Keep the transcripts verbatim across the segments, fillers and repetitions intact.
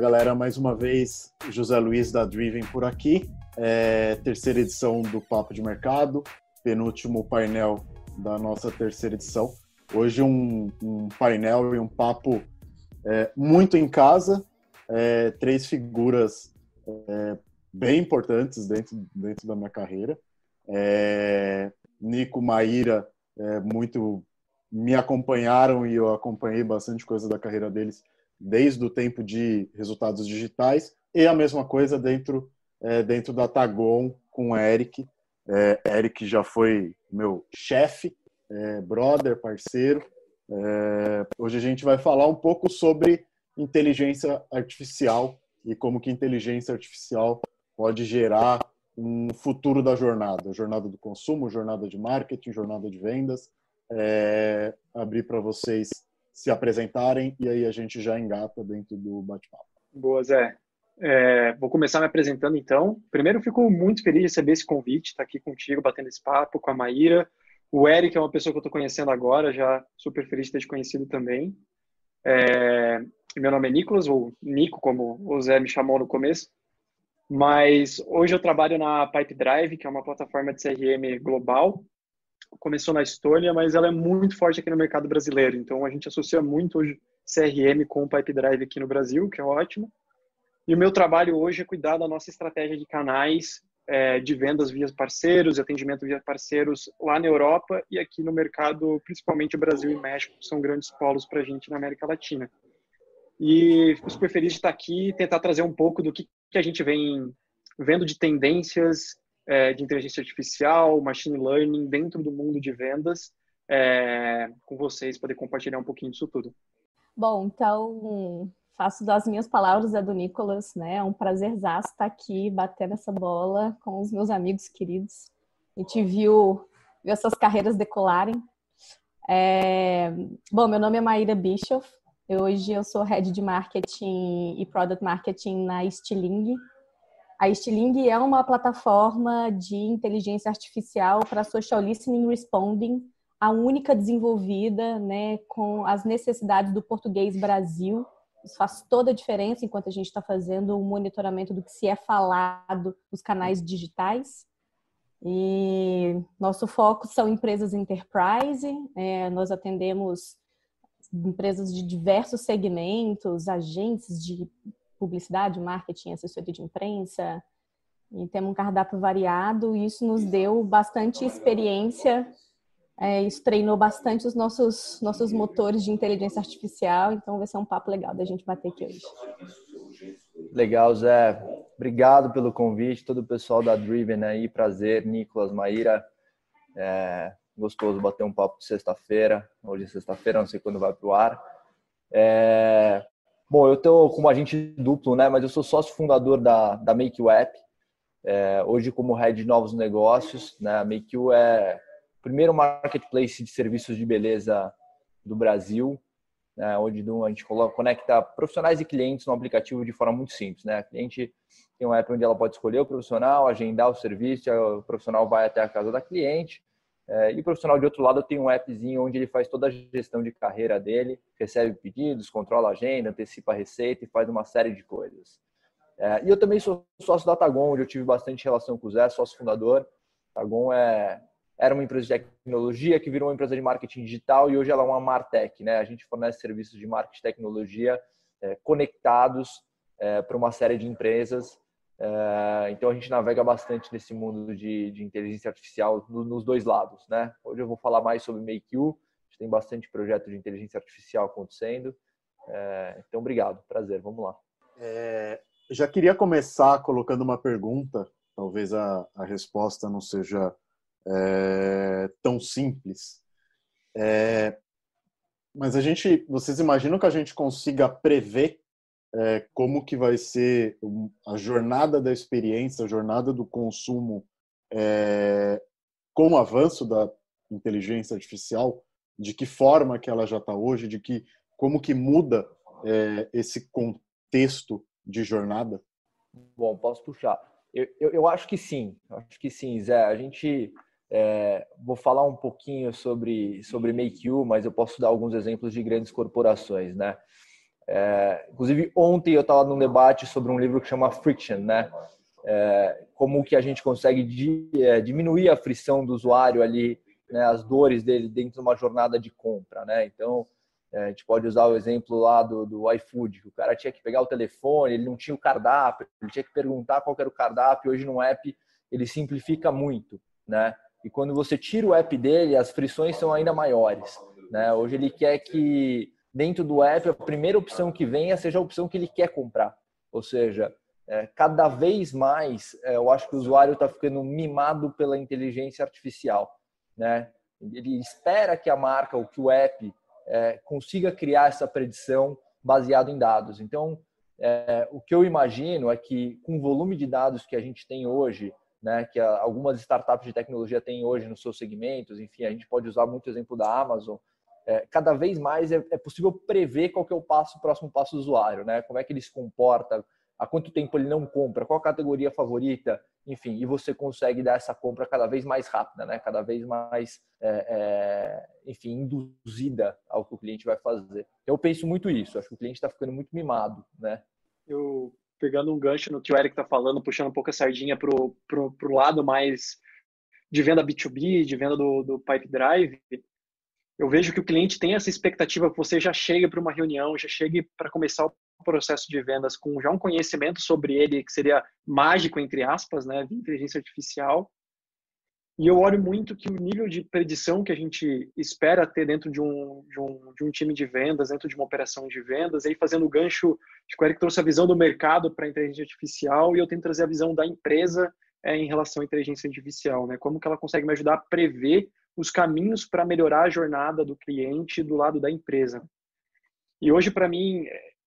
galera, mais uma vez, José Luiz da Driven por aqui, é, terceira edição do Papo de Mercado, penúltimo painel da nossa terceira edição. Hoje um, um painel e um papo é, muito em casa, é, três figuras é, bem importantes dentro, dentro da minha carreira. É, Nico, Maíra, é, muito me acompanharam e eu acompanhei bastante coisa da carreira deles desde o tempo de resultados digitais, e a mesma coisa dentro, é, dentro da Tagon com o Eric. É, Eric já foi meu chefe, é, brother, parceiro. É, hoje a gente vai falar um pouco sobre inteligência artificial e como que inteligência artificial pode gerar um futuro da jornada, jornada do consumo, jornada de marketing, jornada de vendas. É, abrir para vocês se apresentarem e aí a gente já engata dentro do bate-papo. Boa, Zé. É, vou começar me apresentando, então. Primeiro, fico muito feliz de receber esse convite, estar aqui contigo, batendo esse papo com a Maíra. O Eric é uma pessoa que eu estou conhecendo agora, já super feliz de ter te conhecido também. É, meu nome é Nicolas, ou Nico, como o Zé me chamou no começo. Mas hoje eu trabalho na Pipedrive, que é uma plataforma de C R M global. Começou na Estônia, mas ela é muito forte aqui no mercado brasileiro. Então, a gente associa muito hoje C R M com o Pipedrive aqui no Brasil, que é ótimo. E o meu trabalho hoje é cuidar da nossa estratégia de canais é, de vendas via parceiros, atendimento via parceiros lá na Europa e aqui no mercado, principalmente o Brasil e México, que são grandes polos para a gente na América Latina. E fico super feliz de estar aqui e tentar trazer um pouco do que, que a gente vem vendo de tendências é, de inteligência artificial, machine learning dentro do mundo de vendas, é, com vocês, poder compartilhar um pouquinho disso tudo. Bom, então, faço das minhas palavras a do Nicolas, né? É um prazerzaço estar aqui, batendo essa bola com os meus amigos queridos. A gente viu, viu essas carreiras decolarem. É... Bom, meu nome é Maíra Bischoff. Hoje eu sou Head de Marketing e Product Marketing na Stiling. A Stiling é uma plataforma de inteligência artificial para social listening responding, a única desenvolvida, né, com as necessidades do português Brasil. Isso faz toda a diferença enquanto a gente está fazendo o monitoramento do que se é falado nos canais digitais. E nosso foco são empresas enterprise, é, nós atendemos empresas de diversos segmentos, agentes de publicidade, marketing, assessoria de imprensa, e temos um cardápio variado, e isso nos deu bastante experiência, é, isso treinou bastante os nossos, nossos motores de inteligência artificial, então vai ser um papo legal da gente bater aqui hoje. Legal, Zé. Obrigado pelo convite, todo o pessoal da Driven aí, prazer, Nicolas, Maíra. É gostoso bater um papo de sexta-feira. Hoje é sexta-feira, não sei quando vai pro ar. É... Bom, eu tô como agente duplo, né? Mas eu sou sócio fundador da, da MakeU App. É, hoje como head de novos negócios, né? A MakeU é o primeiro marketplace de serviços de beleza do Brasil, né? Onde a gente conecta profissionais e clientes no aplicativo de forma muito simples, né? A cliente tem um app onde ela pode escolher o profissional, agendar o serviço, o profissional vai até a casa da cliente. É, e o profissional de outro lado tem um appzinho onde ele faz toda a gestão de carreira dele, recebe pedidos, controla a agenda, antecipa a receita e faz uma série de coisas. É, e eu também sou sócio da Tagon, onde eu tive bastante relação com o Zé, sócio fundador. A Tagon é, era uma empresa de tecnologia que virou uma empresa de marketing digital e hoje ela é uma Martech, né? A gente fornece serviços de marketing e tecnologia é, conectados é, para uma série de empresas. Uh, então a gente navega bastante nesse mundo de, de inteligência artificial no, nos dois lados, né? Hoje eu vou falar mais sobre MakeU, a gente tem bastante projeto de inteligência artificial acontecendo. Uh, então, obrigado, prazer, vamos lá. É, já queria começar colocando uma pergunta, talvez a, a resposta não seja é, tão simples. É, mas a gente, vocês imaginam que a gente consiga prever É, como que vai ser a jornada da experiência, a jornada do consumo é, com o avanço da inteligência artificial, de que forma que ela já está hoje, de que como que muda é, esse contexto de jornada? Bom, posso puxar. Eu, eu, eu acho que sim, acho que sim, Zé. A gente é, vou falar um pouquinho sobre sobre MakeU, mas eu posso dar alguns exemplos de grandes corporações, né? É, inclusive, ontem eu estava num debate sobre um livro que chama Friction, né? É, como que a gente consegue di, é, diminuir a frição do usuário ali, né, as dores dele dentro de uma jornada de compra, né? Então, é, a gente pode usar o exemplo lá do, do iFood, que o cara tinha que pegar o telefone, ele não tinha o cardápio, ele tinha que perguntar qual era o cardápio. Hoje no app ele simplifica muito, né? E quando você tira o app dele, as frições são ainda maiores, né? Hoje ele quer que dentro do app a primeira opção que venha seja a opção que ele quer comprar, ou seja, É, cada vez mais, é, eu acho que o usuário está ficando mimado pela inteligência artificial, né? Ele espera que a marca ou que o app é, consiga criar essa predição baseado em dados. Então, é, o que eu imagino é que com o volume de dados que a gente tem hoje, né, que a, algumas startups de tecnologia têm hoje nos seus segmentos, enfim, a gente pode usar muito o exemplo da Amazon, é, cada vez mais é, é possível prever qual que é o passo, o próximo passo do usuário, né? Como é que ele se comporta, há quanto tempo ele não compra, qual a categoria favorita, enfim, e você consegue dar essa compra cada vez mais rápida, né? Cada vez mais, é, é, enfim, induzida ao que o cliente vai fazer. Eu penso muito isso, acho que o cliente está ficando muito mimado, né? Eu, pegando um gancho no que o Eric está falando, puxando um pouco a sardinha para o pro, pro lado mais de venda B dois B, de venda do, do Pipe Drive, eu vejo que o cliente tem essa expectativa que você já chegue para uma reunião, já chegue para começar o processo de vendas com já um conhecimento sobre ele, que seria mágico, entre aspas, né, de inteligência artificial. E eu olho muito que o nível de predição que a gente espera ter dentro de um, de um, de um time de vendas, dentro de uma operação de vendas, aí fazendo o gancho, acho que o Eric trouxe a visão do mercado para a inteligência artificial e eu tento trazer a visão da empresa é, em relação à inteligência artificial, né? Como que ela consegue me ajudar a prever os caminhos para melhorar a jornada do cliente do lado da empresa. E hoje, para mim,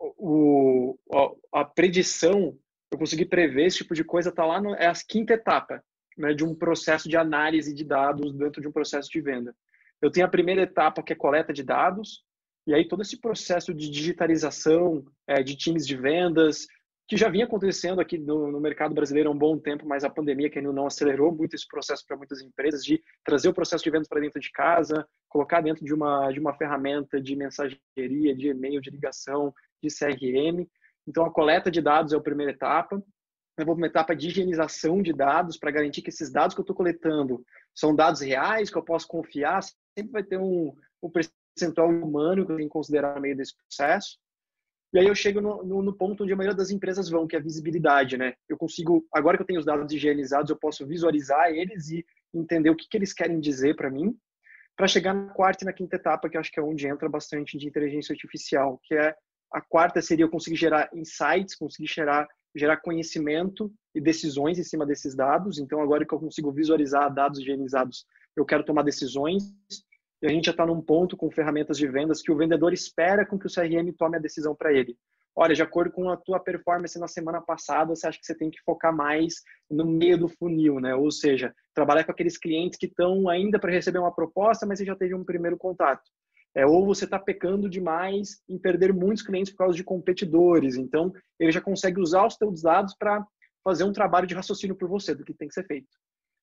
o, a predição, eu consegui prever esse tipo de coisa, está lá, no, é a quinta etapa, né, de um processo de análise de dados dentro de um processo de venda. Eu tenho a primeira etapa, que é coleta de dados, e aí todo esse processo de digitalização é, de times de vendas, que já vinha acontecendo aqui no, no mercado brasileiro há um bom tempo, mas a pandemia que ainda não acelerou muito esse processo para muitas empresas, de trazer o processo de vendas para dentro de casa, colocar dentro de uma, de uma ferramenta de mensageria, de e-mail, de ligação, de C R M. Então, a coleta de dados é a primeira etapa. Eu vou para uma etapa de higienização de dados para garantir que esses dados que eu estou coletando são dados reais, que eu posso confiar. Sempre vai ter um, um percentual humano que eu tenho que considerar no meio desse processo. E aí eu chego no, no, no ponto onde a maioria das empresas vão, que é a visibilidade, né? Eu consigo, agora que eu tenho os dados higienizados, eu posso visualizar eles e entender o que, que eles querem dizer para mim, para chegar na quarta e na quinta etapa, que eu acho que é onde entra bastante de inteligência artificial, que é a quarta seria eu conseguir gerar insights, conseguir gerar, gerar conhecimento e decisões em cima desses dados. Então, agora que eu consigo visualizar dados higienizados, eu quero tomar decisões. E a gente já está num ponto com ferramentas de vendas que o vendedor espera com que o C R M tome a decisão para ele. Olha, de acordo com a tua performance na semana passada, você acha que você tem que focar mais no meio do funil, né? Ou seja, trabalhar com aqueles clientes que estão ainda para receber uma proposta, mas você já teve um primeiro contato. É, ou você está pecando demais em perder muitos clientes por causa de competidores. Então, ele já consegue usar os teus dados para fazer um trabalho de raciocínio por você, do que tem que ser feito.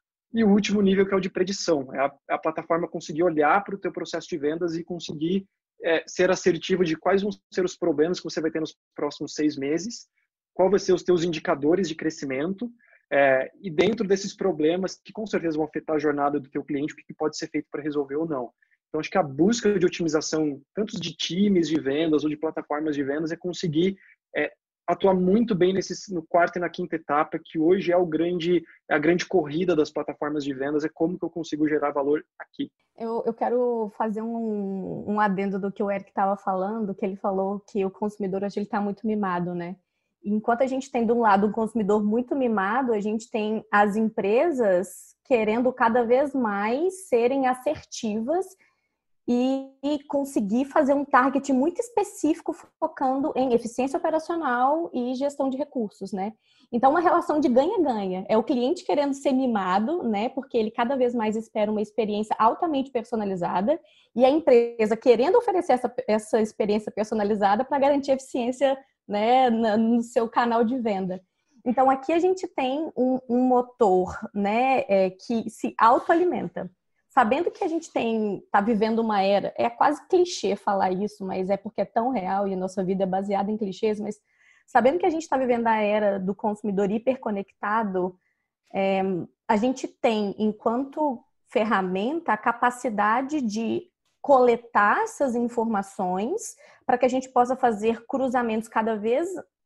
E o último nível, que é o de predição. É a, a plataforma conseguir olhar para o teu processo de vendas e conseguir é, ser assertivo de quais vão ser os problemas que você vai ter nos próximos seis meses, qual vai ser os teus indicadores de crescimento, é, e dentro desses problemas, que com certeza vão afetar a jornada do teu cliente, o que pode ser feito para resolver ou não. Então, acho que a busca de otimização, tanto de times de vendas ou de plataformas de vendas, é conseguir é, atuar muito bem nesse, no quarto e na quinta etapa, que hoje é, o grande, é a grande corrida das plataformas de vendas, é como que eu consigo gerar valor aqui. Eu, eu quero fazer um, um adendo do que o Eric estava falando, que ele falou que o consumidor hoje está muito mimado, né? Enquanto a gente tem, de um lado, um consumidor muito mimado, a gente tem as empresas querendo cada vez mais serem assertivas e conseguir fazer um target muito específico focando em eficiência operacional e gestão de recursos, né? Então, uma relação de ganha-ganha. É o cliente querendo ser mimado, né? Porque ele cada vez mais espera uma experiência altamente personalizada e a empresa querendo oferecer essa, essa experiência personalizada para garantir eficiência, né, no seu canal de venda. Então, aqui a gente tem um, um motor, né, é, que se autoalimenta. sabendo que a gente tem, tá vivendo uma era, é quase clichê falar isso, mas é porque é tão real e a nossa vida é baseada em clichês, mas sabendo que a gente está vivendo a era do consumidor hiperconectado, é, a gente tem, enquanto ferramenta, a capacidade de coletar essas informações para que a gente possa fazer cruzamentos cada vez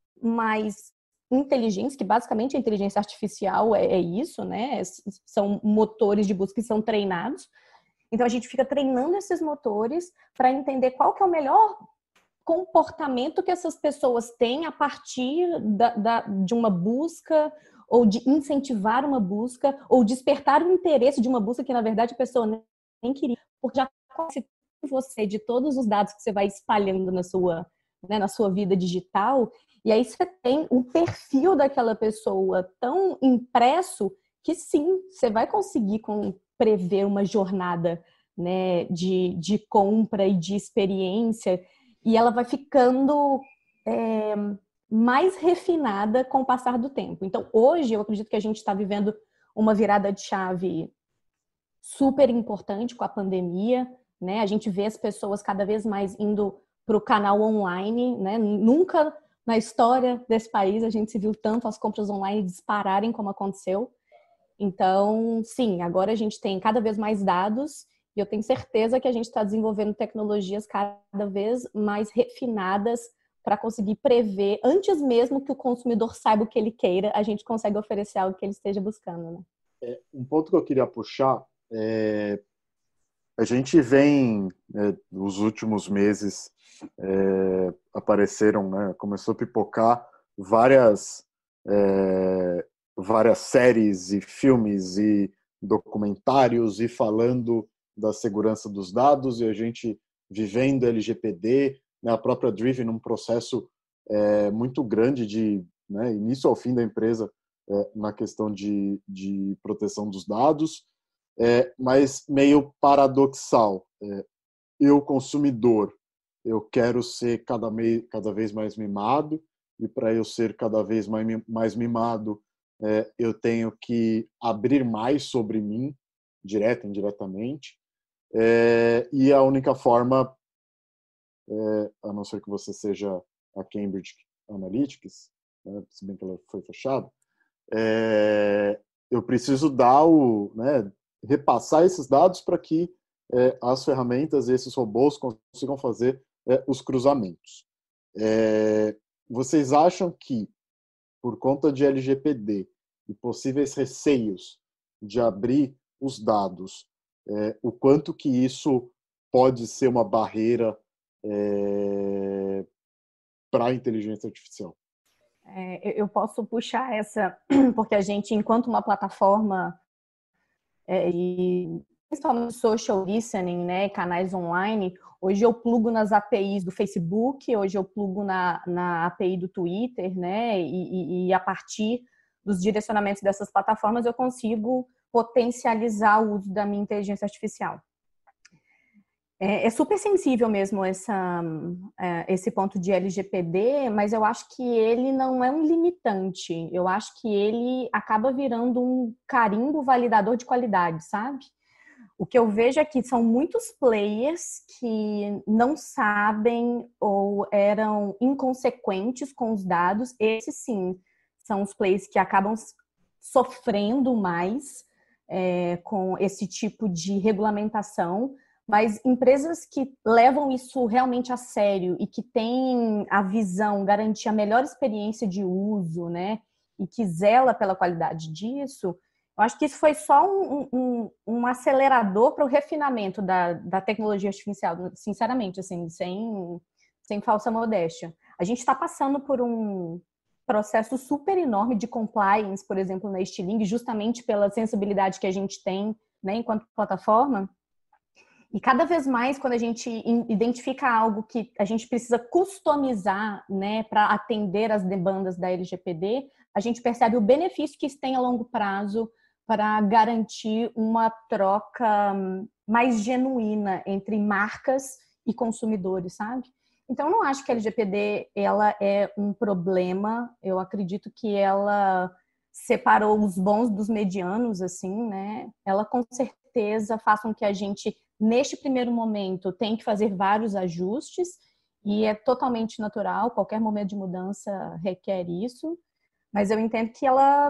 mais inteligentes, que basicamente a inteligência artificial é, é isso, né? São motores de busca que são treinados. Então a gente fica treinando esses motores para entender qual que é o melhor comportamento que essas pessoas têm a partir da, da, de uma busca, ou de incentivar uma busca, ou despertar o interesse de uma busca que, na verdade, a pessoa nem queria, porque já conhece você de todos os dados que você vai espalhando na sua, né, na sua vida digital, e aí você tem um perfil daquela pessoa tão impresso que, sim, você vai conseguir com, prever uma jornada, né, de, de compra e de experiência, e ela vai ficando é, mais refinada com o passar do tempo. Então, hoje, eu acredito que a gente está vivendo uma virada de chave super importante com a pandemia, né? A gente vê as pessoas cada vez mais indo para o canal online, né? Nunca na história desse país a gente se viu tanto as compras online dispararem como aconteceu. Então, sim, agora a gente tem cada vez mais dados e eu tenho certeza que a gente está desenvolvendo tecnologias cada vez mais refinadas para conseguir prever, antes mesmo que o consumidor saiba o que ele queira, a gente consegue oferecer algo que ele esteja buscando, né? É, um ponto que eu queria puxar é a gente vem, é, nos últimos meses, é, apareceram, né, começou a pipocar várias, é, várias séries e filmes e documentários e falando da segurança dos dados e a gente vivendo L G P D, né, a própria Driven num processo é, muito grande de, né, início ao fim da empresa é, na questão de, de proteção dos dados. É, mas meio paradoxal. É, eu, consumidor, eu quero ser cada, me, cada vez mais mimado, e para eu ser cada vez mais, mais mimado, é, eu tenho que abrir mais sobre mim, direta e indiretamente, é, e a única forma, é, a não ser que você seja a Cambridge Analytics, né, se bem que ela foi fechada, é, eu preciso dar o... Né, repassar esses dados para que é, as ferramentas e esses robôs consigam fazer é, os cruzamentos. É, vocês acham que, por conta de L G P D e possíveis receios de abrir os dados, é, o quanto que isso pode ser uma barreira é, para a inteligência artificial? É, eu posso puxar essa, porque a gente, enquanto uma plataforma É, e principalmente social listening, né, canais online, hoje eu plugo nas A P Is do Facebook, hoje eu plugo na, na A P I do Twitter, né, e, e, e a partir dos direcionamentos dessas plataformas eu consigo potencializar o uso da minha inteligência artificial. É, é super sensível mesmo essa, é, esse ponto de L G P D, mas eu acho que ele não é um limitante. Eu acho que ele acaba virando um carimbo validador de qualidade, sabe? O que eu vejo é que são muitos players que não sabem ou eram inconsequentes com os dados. Esses, sim, são os players que acabam sofrendo mais é, com esse tipo de regulamentação. Mas empresas que levam isso realmente a sério e que têm a visão, garantir a melhor experiência de uso, né, e que zela pela qualidade disso, eu acho que isso foi só um, um, um acelerador para o refinamento da, da tecnologia artificial, sinceramente, assim, sem, sem falsa modéstia. A gente está passando por um processo super enorme de compliance, por exemplo, na Stiling, justamente pela sensibilidade que a gente tem, né, enquanto plataforma. E cada vez mais, quando a gente identifica algo que a gente precisa customizar, né, para atender as demandas da L G P D, a gente percebe o benefício que isso tem a longo prazo para garantir uma troca mais genuína entre marcas e consumidores, sabe? Então, eu não acho que a L G P D ela é um problema. Eu acredito que ela separou os bons dos medianos, assim, né? Ela com certeza certeza faz com que a gente, neste primeiro momento, tenha que fazer vários ajustes, e é totalmente natural, qualquer momento de mudança requer isso, mas eu entendo que ela,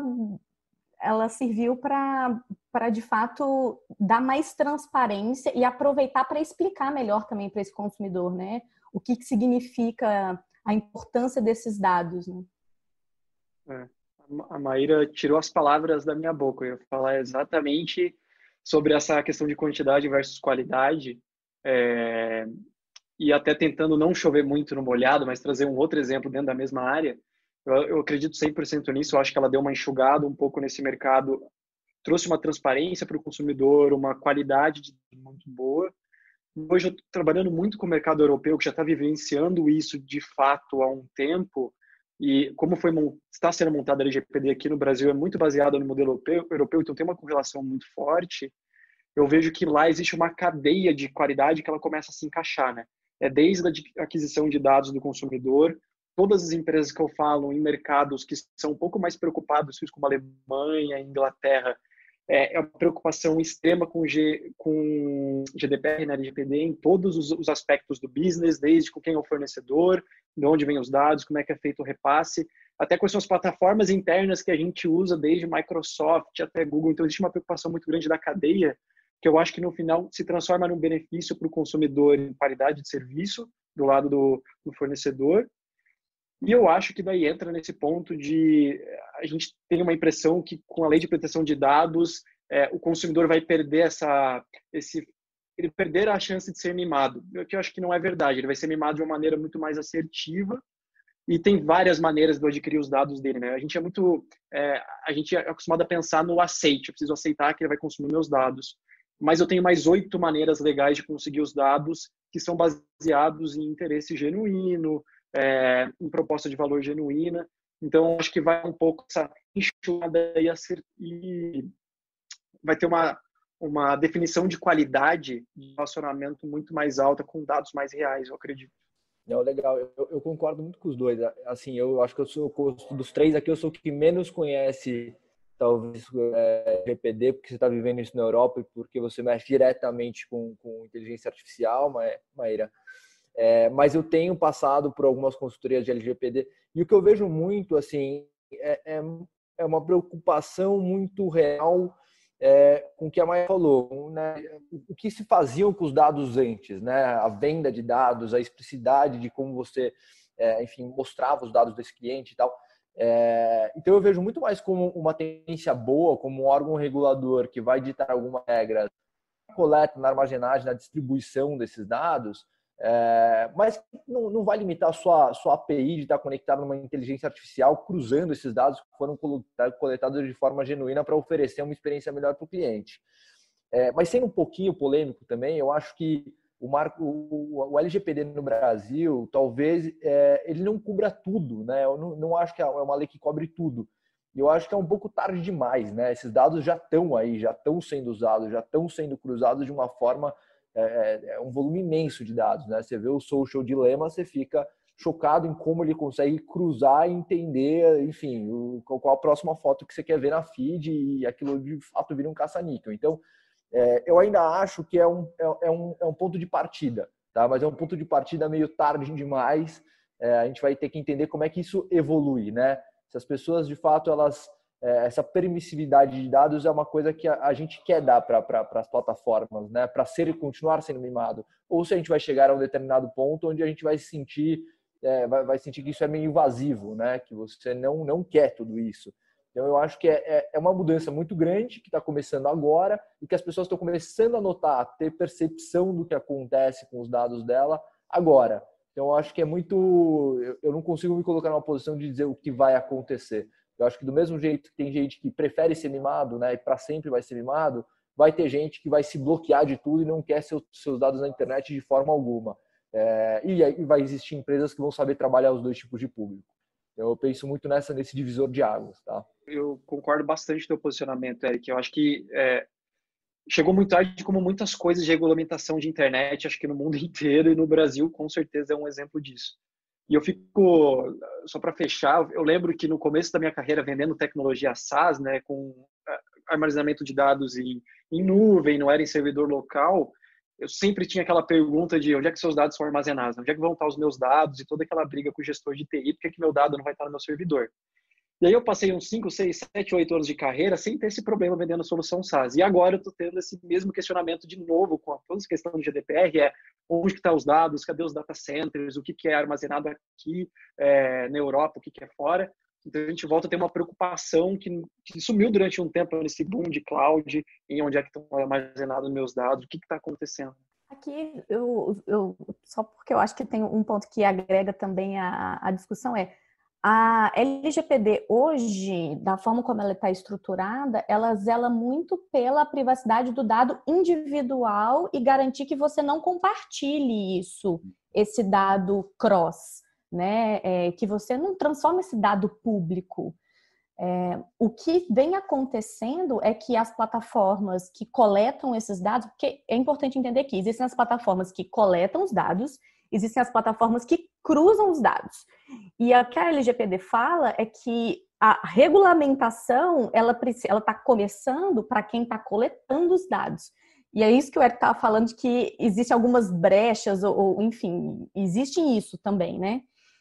ela serviu para, para, de fato, dar mais transparência e aproveitar para explicar melhor também para esse consumidor, né? O que, que significa a importância desses dados, né? É. A Maíra tirou as palavras da minha boca. Eu ia falar exatamente sobre essa questão de quantidade versus qualidade, é, e até tentando não chover muito no molhado, mas trazer um outro exemplo dentro da mesma área. Eu, eu acredito cem por cento nisso. Eu acho que ela deu uma enxugada um pouco nesse mercado, trouxe uma transparência para o consumidor, uma qualidade de, muito boa. Hoje eu estou trabalhando muito com o mercado europeu, que já está vivenciando isso de fato há um tempo. E como foi, está sendo montada a L G P D aqui no Brasil, é muito baseada no modelo europeu, europeu, então tem uma correlação muito forte. Eu vejo que lá existe uma cadeia de qualidade que ela começa a se encaixar, né? É desde a aquisição de dados do consumidor, todas as empresas que eu falo em mercados que são um pouco mais preocupados, como a Alemanha, a Inglaterra, é uma preocupação extrema com, G, com G D P R na L G P D em todos os, os aspectos do business, desde com quem é o fornecedor, de onde vêm os dados, como é que é feito o repasse, até quais são as plataformas internas que a gente usa, desde Microsoft até Google. Então, existe uma preocupação muito grande da cadeia, que eu acho que no final se transforma num benefício para o consumidor em qualidade de serviço, do lado do, do fornecedor. E eu acho que daí entra nesse ponto de a gente tem uma impressão que com a lei de proteção de dados é, o consumidor vai perder essa esse ele perder a chance de ser mimado, o que eu acho que não é verdade. Ele vai ser mimado de uma maneira muito mais assertiva e tem várias maneiras de eu adquirir os dados dele, né? A gente é muito é, a gente é acostumado a pensar no aceite. Eu preciso aceitar que ele vai consumir meus dados, mas eu tenho mais oito maneiras legais de conseguir os dados que são baseados em interesse genuíno, É, em proposta de valor genuína. Então, acho que vai um pouco essa enxugada e, e vai ter uma, uma definição de qualidade de relacionamento muito mais alta com dados mais reais, eu acredito. Não, legal, eu, eu concordo muito com os dois. Assim, eu acho que eu sou, dos três aqui, eu sou o que menos conhece, talvez, é, G P D, porque você está vivendo isso na Europa e porque você mexe diretamente com, com inteligência artificial, Maíra. É, mas eu tenho passado por algumas consultorias de L G P D e o que eu vejo muito assim é, é, é uma preocupação muito real é, com o que a Maia falou, né? O que se faziam com os dados antes, né? A venda de dados, a explicidade de como você, é, enfim, mostrava os dados desse cliente e tal. É, então eu vejo muito mais como uma tendência boa, como um órgão regulador que vai ditar alguma regra na coleta, na armazenagem, na distribuição desses dados. É, mas não, não vai limitar a sua, sua A P I de estar conectada numa inteligência artificial cruzando esses dados que foram coletados de forma genuína para oferecer uma experiência melhor para o cliente. É, mas sendo um pouquinho polêmico também, eu acho que o, marco, o, o L G P D no Brasil, talvez é, ele não cubra tudo, né? Eu não, não acho que é uma lei que cobre tudo. Eu acho que é um pouco tarde demais, né? Esses dados já estão aí, já estão sendo usados, já estão sendo cruzados de uma forma... É, é um volume imenso de dados, né? Você vê o Social Dilemma, você fica chocado em como ele consegue cruzar e entender, enfim, o, qual a próxima foto que você quer ver na feed e aquilo de fato vira um caça-níquel. Então, é, eu ainda acho que é um, é, um, é um ponto de partida, tá? Mas é um ponto de partida meio tarde demais. É, a gente vai ter que entender como é que isso evolui, né? Se as pessoas, de fato, elas... essa permissividade de dados é uma coisa que a gente quer dar para pra, as plataformas, né? Para ser e continuar sendo mimado. Ou se a gente vai chegar a um determinado ponto onde a gente vai sentir, é, vai, vai sentir que isso é meio invasivo, né? Que você não, não quer tudo isso. Então, eu acho que é, é uma mudança muito grande que está começando agora e que as pessoas estão começando a notar, a ter percepção do que acontece com os dados dela agora. Então, eu acho que é muito... Eu não consigo me colocar numa posição de dizer o que vai acontecer. Eu acho que do mesmo jeito que tem gente que prefere ser mimado, né, e para sempre vai ser mimado, vai ter gente que vai se bloquear de tudo e não quer seus, seus dados na internet de forma alguma. É, e aí vai existir empresas que vão saber trabalhar os dois tipos de público. Eu penso muito nessa, nesse divisor de águas, tá? Eu concordo bastante com o teu posicionamento, Eric. Eu acho que é, chegou muito tarde, como muitas coisas de regulamentação de internet, acho que no mundo inteiro e no Brasil, com certeza é um exemplo disso. E eu fico, só para fechar, eu lembro que no começo da minha carreira vendendo tecnologia SaaS, né, com armazenamento de dados em, em nuvem, não era em servidor local, eu sempre tinha aquela pergunta de onde é que seus dados são armazenados, onde é que vão estar os meus dados e toda aquela briga com o gestor de T I, porque que meu dado não vai estar no meu servidor. E aí eu passei uns cinco, seis, sete, oito anos de carreira sem ter esse problema vendendo solução SaaS. E agora eu estou tendo esse mesmo questionamento de novo com a toda essa questão do G D P R, é onde que estão os dados, cadê os data centers, o que, que é armazenado aqui é, na Europa, o que, que é fora. Então a gente volta a ter uma preocupação que, que sumiu durante um tempo nesse boom de cloud, em onde é que estão armazenados meus dados, o que está acontecendo. Aqui, eu, eu, só porque eu acho que tem um ponto que agrega também a, a discussão é a L G P D hoje, da forma como ela está estruturada, ela zela muito pela privacidade do dado individual e garantir que você não compartilhe isso, esse dado cross, né? É, que você não transforme esse dado público. É, o que vem acontecendo é que as plataformas que coletam esses dados, porque é importante entender que existem as plataformas que coletam os dados, existem as plataformas que cruzam os dados. E o que a L G P D fala é que a regulamentação ela está começando para quem está coletando os dados. E é isso que o Eric estava falando, de que existem algumas brechas, ou, ou enfim, existe isso também, né?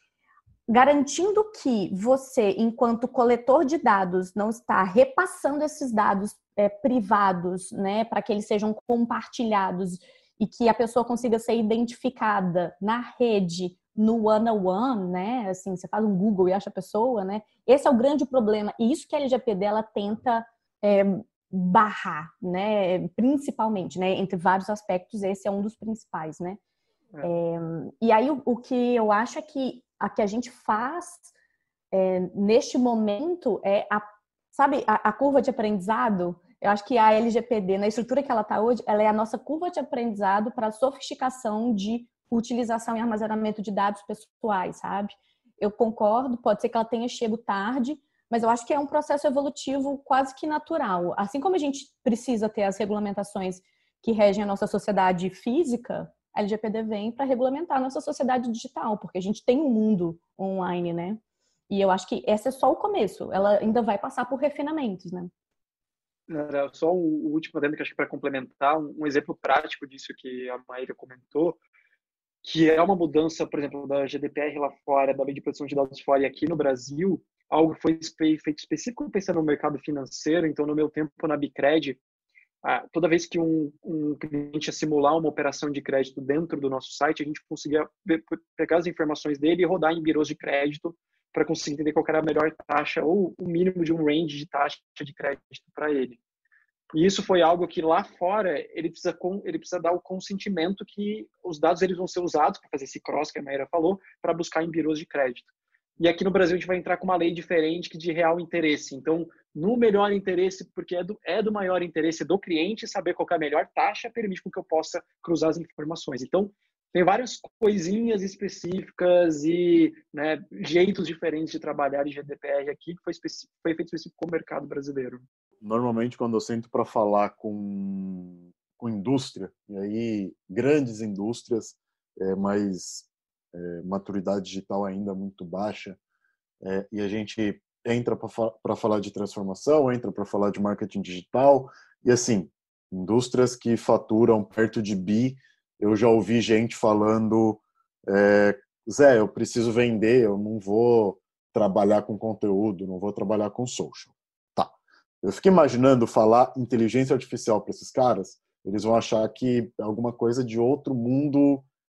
Garantindo que você, enquanto coletor de dados, não está repassando esses dados é, privados, né, para que eles sejam compartilhados e que a pessoa consiga ser identificada na rede, no one-on-one, né, assim, você faz um Google e acha a pessoa, né, esse é o grande problema, e isso que a L G P D, ela tenta é, barrar, né, principalmente, né, entre vários aspectos, esse é um dos principais, né. É. É, e aí, o, o que eu acho é que a que a gente faz é, neste momento é, a, sabe, a, a curva de aprendizado. Eu acho que a L G P D, na estrutura que ela está hoje, ela é a nossa curva de aprendizado para a sofisticação de utilização e armazenamento de dados pessoais, sabe? Eu concordo, pode ser que ela tenha chegado tarde, mas eu acho que é um processo evolutivo quase que natural. Assim como a gente precisa ter as regulamentações que regem a nossa sociedade física, a L G P D vem para regulamentar a nossa sociedade digital, porque a gente tem um mundo online, né? E eu acho que esse é só o começo. Ela ainda vai passar por refinamentos, né? Era só o último adendo que acho que para complementar, um exemplo prático disso que a Maíra comentou, que é uma mudança, por exemplo, da G D P R lá fora, da Lei de Proteção de Dados fora e aqui no Brasil, algo foi feito específico pensando no mercado financeiro. Então, no meu tempo na Bicred, toda vez que um, um cliente ia simular uma operação de crédito dentro do nosso site, a gente conseguia pegar as informações dele e rodar em birôs de crédito para conseguir entender qual era a melhor taxa ou o mínimo de um range de taxa de crédito para ele. E isso foi algo que lá fora ele precisa, ele precisa dar o consentimento que os dados eles vão ser usados para fazer esse cross que a Maíra falou, para buscar em birôs de crédito. E aqui no Brasil a gente vai entrar com uma lei diferente que de real interesse. Então, no melhor interesse, porque é do, é do maior interesse do cliente saber qual é a melhor taxa, permite com que eu possa cruzar as informações. Então, tem várias coisinhas específicas e né, jeitos diferentes de trabalhar em G D P R aqui que foi, foi feito específico com o mercado brasileiro. Normalmente, quando eu sento para falar com, com indústria, e aí grandes indústrias, é, mas é, maturidade digital ainda muito baixa, é, e a gente entra para fa falar de transformação, entra para falar de marketing digital, e assim, indústrias que faturam perto de bi, eu já ouvi gente falando, é, Zé, eu preciso vender, eu não vou trabalhar com conteúdo, não vou trabalhar com social. Tá. Eu fico imaginando falar inteligência artificial para esses caras, eles vão achar que é alguma coisa de outro mundo,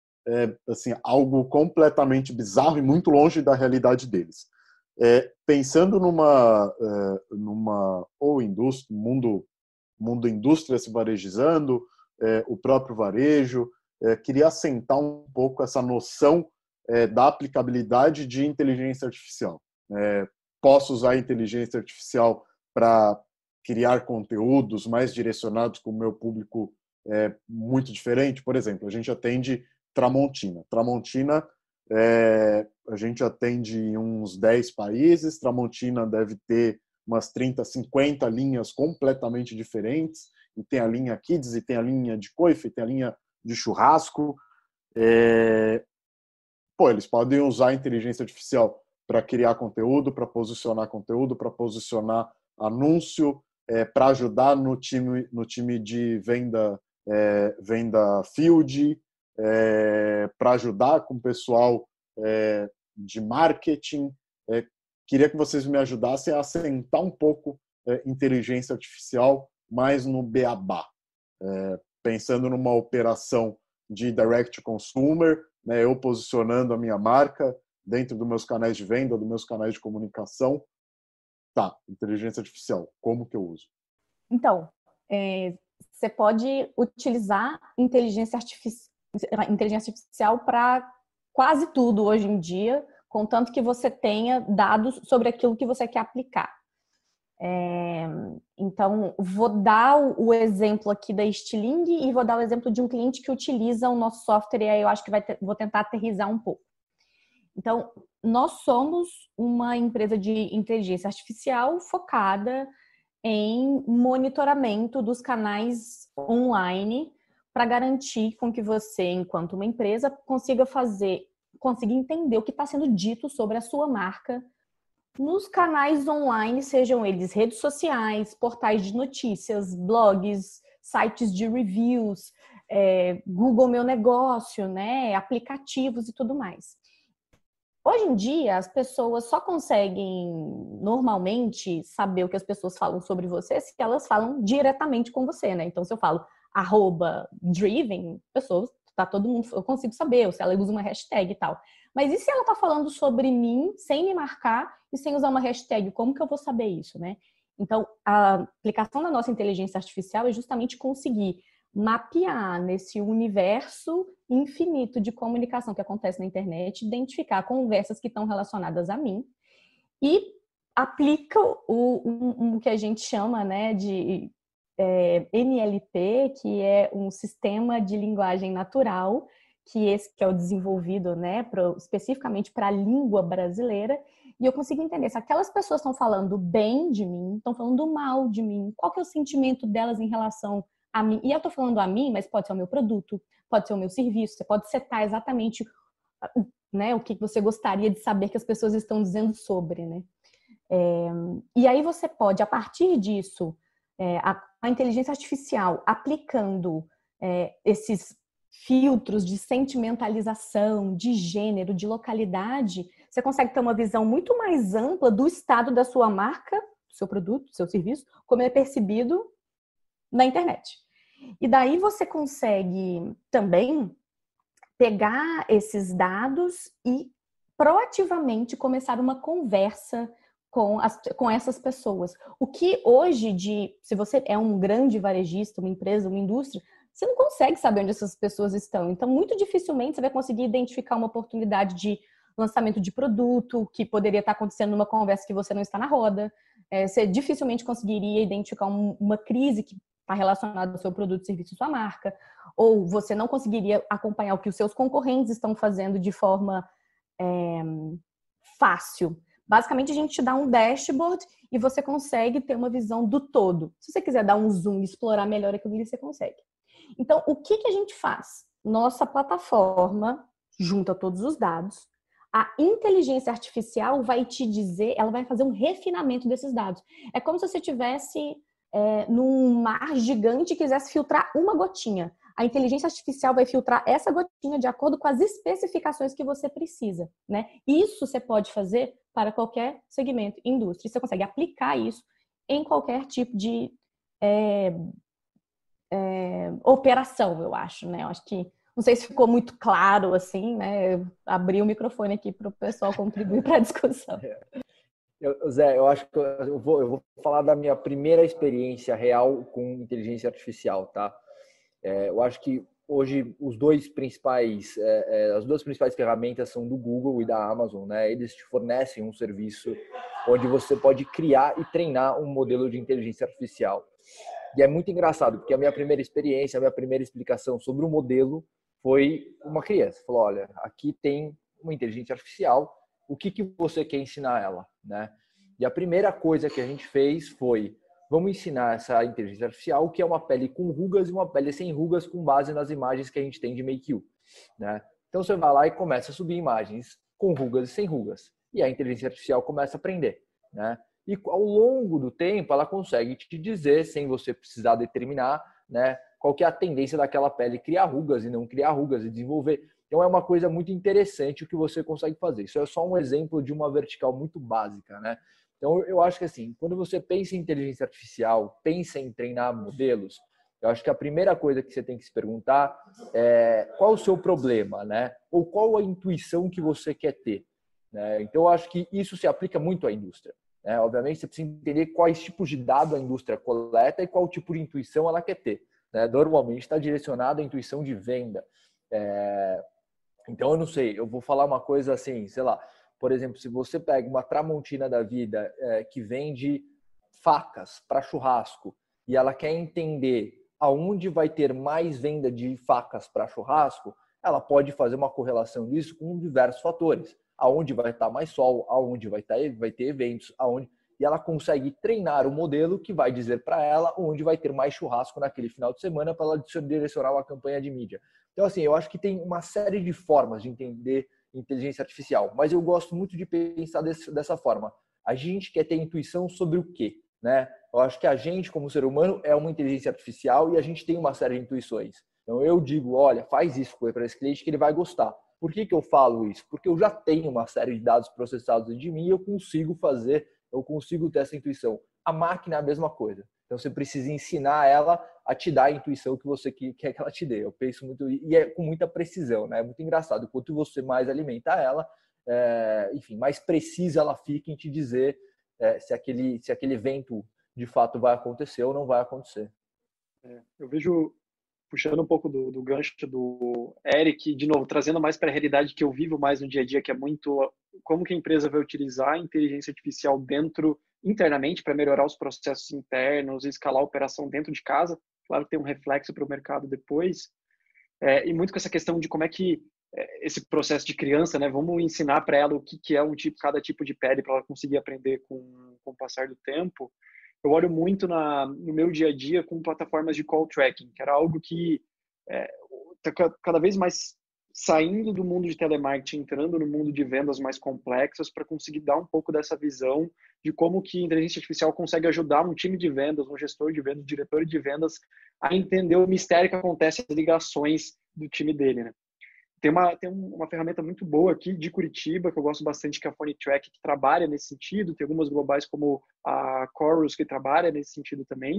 é, assim, algo completamente bizarro e muito longe da realidade deles. É, pensando numa, é, numa ou indústria, mundo, mundo indústria se varejizando, é, o próprio varejo, é, queria assentar um pouco essa noção é, da aplicabilidade de inteligência artificial. É, posso usar a inteligência artificial para criar conteúdos mais direcionados com o meu público é, muito diferente? Por exemplo, a gente atende Tramontina. Tramontina, é, a gente atende em uns dez países, Tramontina deve ter umas trinta, cinquenta linhas completamente diferentes, e tem a linha Kids, e tem a linha de coifa, e tem a linha de churrasco. É... Pô, eles podem usar a inteligência artificial para criar conteúdo, para posicionar conteúdo, para posicionar anúncio, é, para ajudar no time, no time de venda, é, venda field, é, para ajudar com o pessoal é, de marketing. É, queria que vocês me ajudassem a assentar um pouco é, inteligência artificial mais no beabá. É, pensando numa operação de direct consumer, né, eu posicionando a minha marca dentro dos meus canais de venda, dos meus canais de comunicação. Tá, inteligência artificial, como que eu uso? Então, é, você pode utilizar inteligência artificial, inteligência artificial para quase tudo hoje em dia, contanto que você tenha dados sobre aquilo que você quer aplicar. É, então, vou dar o, o exemplo aqui da Stiling e vou dar o exemplo de um cliente que utiliza o nosso software, e aí eu acho que vai ter, vou tentar aterrizar um pouco. Então, nós somos uma empresa de inteligência artificial focada em monitoramento dos canais online para garantir com que você, enquanto uma empresa, consiga fazer, consiga entender o que está sendo dito sobre a sua marca nos canais online, sejam eles redes sociais, portais de notícias, blogs, sites de reviews, é, Google Meu Negócio, né, aplicativos e tudo mais. Hoje em dia, as pessoas só conseguem, normalmente, saber o que as pessoas falam sobre você se elas falam diretamente com você, né? Então, se eu falo arroba driven, pessoas, tá todo mundo, eu consigo saber, ou se ela usa uma hashtag e tal. Mas e se ela tá falando sobre mim, sem me marcar e sem usar uma hashtag? Como que eu vou saber isso, né? Então, a aplicação da nossa inteligência artificial é justamente conseguir mapear nesse universo infinito de comunicação que acontece na internet, identificar conversas que estão relacionadas a mim e aplica o, o, o que a gente chama, né, de é, N L P, que é um sistema de linguagem natural, que esse que é o desenvolvido, né, pra, especificamente para a língua brasileira, e eu consigo entender se aquelas pessoas estão falando bem de mim, estão falando mal de mim, qual que é o sentimento delas em relação a mim. E eu estou falando a mim, mas pode ser o meu produto, pode ser o meu serviço, você pode setar exatamente, né, o que você gostaria de saber que as pessoas estão dizendo sobre, né? É, e aí você pode, a partir disso, é, a, a inteligência artificial aplicando é, esses filtros de sentimentalização, de gênero, de localidade, você consegue ter uma visão muito mais ampla do estado da sua marca, do seu produto, do seu serviço, como é percebido na internet. E daí você consegue também pegar esses dados e proativamente começar uma conversa com, as, com essas pessoas. O que hoje, de, se você é um grande varejista, uma empresa, uma indústria, você não consegue saber onde essas pessoas estão. Então, muito dificilmente você vai conseguir identificar uma oportunidade de lançamento de produto que poderia estar acontecendo numa conversa que você não está na roda. É, você dificilmente conseguiria identificar um, uma crise que está relacionada ao seu produto, serviço, sua marca. Ou você não conseguiria acompanhar o que os seus concorrentes estão fazendo de forma é, fácil. Basicamente, a gente te dá um dashboard e você consegue ter uma visão do todo. Se você quiser dar um zoom e explorar melhor aquilo ali, você consegue. Então, o que, que a gente faz? Nossa plataforma junta todos os dados. A inteligência artificial vai te dizer, ela vai fazer um refinamento desses dados. É como se você tivesse é, num mar gigante e quisesse filtrar uma gotinha. A inteligência artificial vai filtrar essa gotinha de acordo com as especificações que você precisa, né? Isso você pode fazer para qualquer segmento, indústria. Você consegue aplicar isso em qualquer tipo de é, é, operação, eu acho, né? Eu acho que, não sei se ficou muito claro, assim, né? Eu abri o microfone aqui para o pessoal contribuir para a discussão. Eu, Zé, eu acho que eu vou, eu vou falar da minha primeira experiência real com inteligência artificial, tá? É, eu acho que hoje os dois principais, é, é, as duas principais ferramentas são do Google e da Amazon, né? Eles te fornecem um serviço onde você pode criar e treinar um modelo de inteligência artificial. E é muito engraçado, porque a minha primeira experiência, a minha primeira explicação sobre o modelo foi uma criança. Falou, olha, aqui tem uma inteligência artificial, o que, que você quer ensinar ela, né? E a primeira coisa que a gente fez foi, vamos ensinar essa inteligência artificial o que é uma pele com rugas e uma pele sem rugas com base nas imagens que a gente tem de Make-You, né? Então você vai lá e começa a subir imagens com rugas e sem rugas. E a inteligência artificial começa a aprender, né? e ao longo do tempo ela consegue te dizer, sem você precisar determinar, né, qual que é a tendência daquela pele criar rugas e não criar rugas e desenvolver. Então é uma coisa muito interessante o que você consegue fazer. Isso é só um exemplo de uma vertical muito básica, né? Então eu acho que assim, quando você pensa em inteligência artificial, pensa em treinar modelos, eu acho que a primeira coisa que você tem que se perguntar é qual o seu problema, né? Ou qual a intuição que você quer ter, né? Então eu acho que isso se aplica muito à indústria, né? Obviamente você precisa entender quais tipos de dados a indústria coleta e qual tipo de intuição ela quer ter, né? Normalmente está direcionado à intuição de venda. É... Então eu não sei, eu vou falar uma coisa assim, sei lá, por exemplo, se você pega uma Tramontina da vida é, que vende facas para churrasco e ela quer entender aonde vai ter mais venda de facas para churrasco, ela pode fazer uma correlação disso com diversos fatores. Aonde vai estar mais sol, aonde vai, estar, vai ter eventos, aonde... e ela consegue treinar o modelo que vai dizer para ela onde vai ter mais churrasco naquele final de semana para ela direcionar uma campanha de mídia. Então, assim, eu acho que tem uma série de formas de entender inteligência artificial, mas eu gosto muito de pensar desse, dessa forma. A gente quer ter intuição sobre o quê, né? Eu acho que a gente, como ser humano, é uma inteligência artificial e a gente tem uma série de intuições. Então, eu digo, olha, faz isso para esse cliente que ele vai gostar. Por que que eu falo isso? Porque eu já tenho uma série de dados processados de mim e eu consigo fazer, eu consigo ter essa intuição. A máquina é a mesma coisa. Então, você precisa ensinar ela a te dar a intuição que você quer que ela te dê. Eu penso muito, e é com muita precisão, né? É muito engraçado. Quanto você mais alimenta ela, é, enfim, mais precisa ela fica em te dizer é, se, aquele, se aquele evento de fato vai acontecer ou não vai acontecer. É, eu vejo, puxando um pouco do, do gancho do Eric, de novo, trazendo mais para a realidade que eu vivo mais no dia a dia, que é muito como que a empresa vai utilizar a inteligência artificial dentro, internamente, para melhorar os processos internos e escalar a operação dentro de casa. Claro que tem um reflexo para o mercado depois. É, e muito com essa questão de como é que é, esse processo de criança, né? Vamos ensinar para ela o que, que é um tipo, cada tipo de pele para ela conseguir aprender com, com o passar do tempo. Eu olho muito na, no meu dia a dia com plataformas de call tracking, que era algo que está é, cada vez mais saindo do mundo de telemarketing, entrando no mundo de vendas mais complexas para conseguir dar um pouco dessa visão de como que a inteligência artificial consegue ajudar um time de vendas, um gestor de vendas, um diretor de vendas a entender o mistério que acontece nas ligações do time dele, né? Tem uma, tem uma ferramenta muito boa aqui de Curitiba, que eu gosto bastante, que é a PhoneTrack, que trabalha nesse sentido. Tem algumas globais como a Chorus, que trabalha nesse sentido também.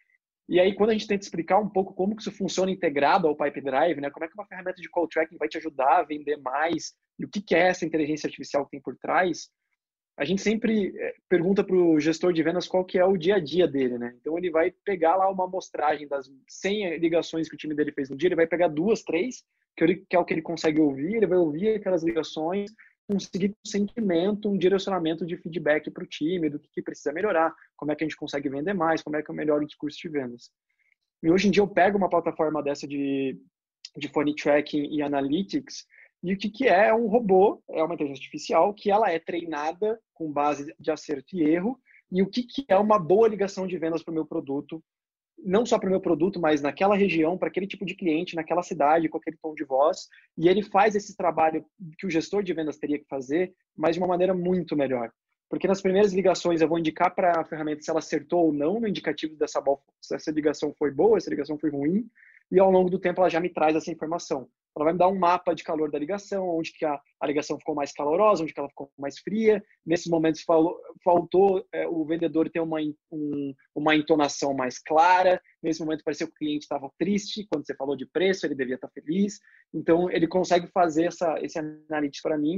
E aí, quando a gente tenta explicar um pouco como que isso funciona integrado ao Pipe Drive, né? Como é que uma ferramenta de call tracking vai te ajudar a vender mais e o que que é essa inteligência artificial que tem por trás, a gente sempre pergunta para o gestor de vendas qual que é o dia a dia dele, né? Então, ele vai pegar lá uma amostragem das cem ligações que o time dele fez no dia, ele vai pegar duas, três, que, ele, que é o que ele consegue ouvir, ele vai ouvir aquelas ligações, conseguir um sentimento, um direcionamento de feedback para o time, do que, que precisa melhorar, como é que a gente consegue vender mais, como é que eu melhoro o discurso de vendas. E hoje em dia eu pego uma plataforma dessa de, de phone tracking e analytics, e o que, que é? É um robô, é uma inteligência artificial, que ela é treinada com base de acerto e erro, e o que, que é uma boa ligação de vendas para o meu produto, não só para o meu produto, mas naquela região, para aquele tipo de cliente, naquela cidade, com aquele tom de voz, e ele faz esse trabalho que o gestor de vendas teria que fazer, mas de uma maneira muito melhor. Porque nas primeiras ligações eu vou indicar para a ferramenta se ela acertou ou não no indicativo dessa, se essa ligação foi boa, se a ligação foi ruim, e ao longo do tempo ela já me traz essa informação. Ela vai me dar um mapa de calor da ligação, onde que a, a ligação ficou mais calorosa, onde que ela ficou mais fria. Nesses momentos falou, faltou é, o vendedor ter uma, um, uma entonação mais clara. Nesse momento pareceu que o cliente estava triste. Quando você falou de preço, ele devia estar feliz. Então, ele consegue fazer essa, esse analytics para mim.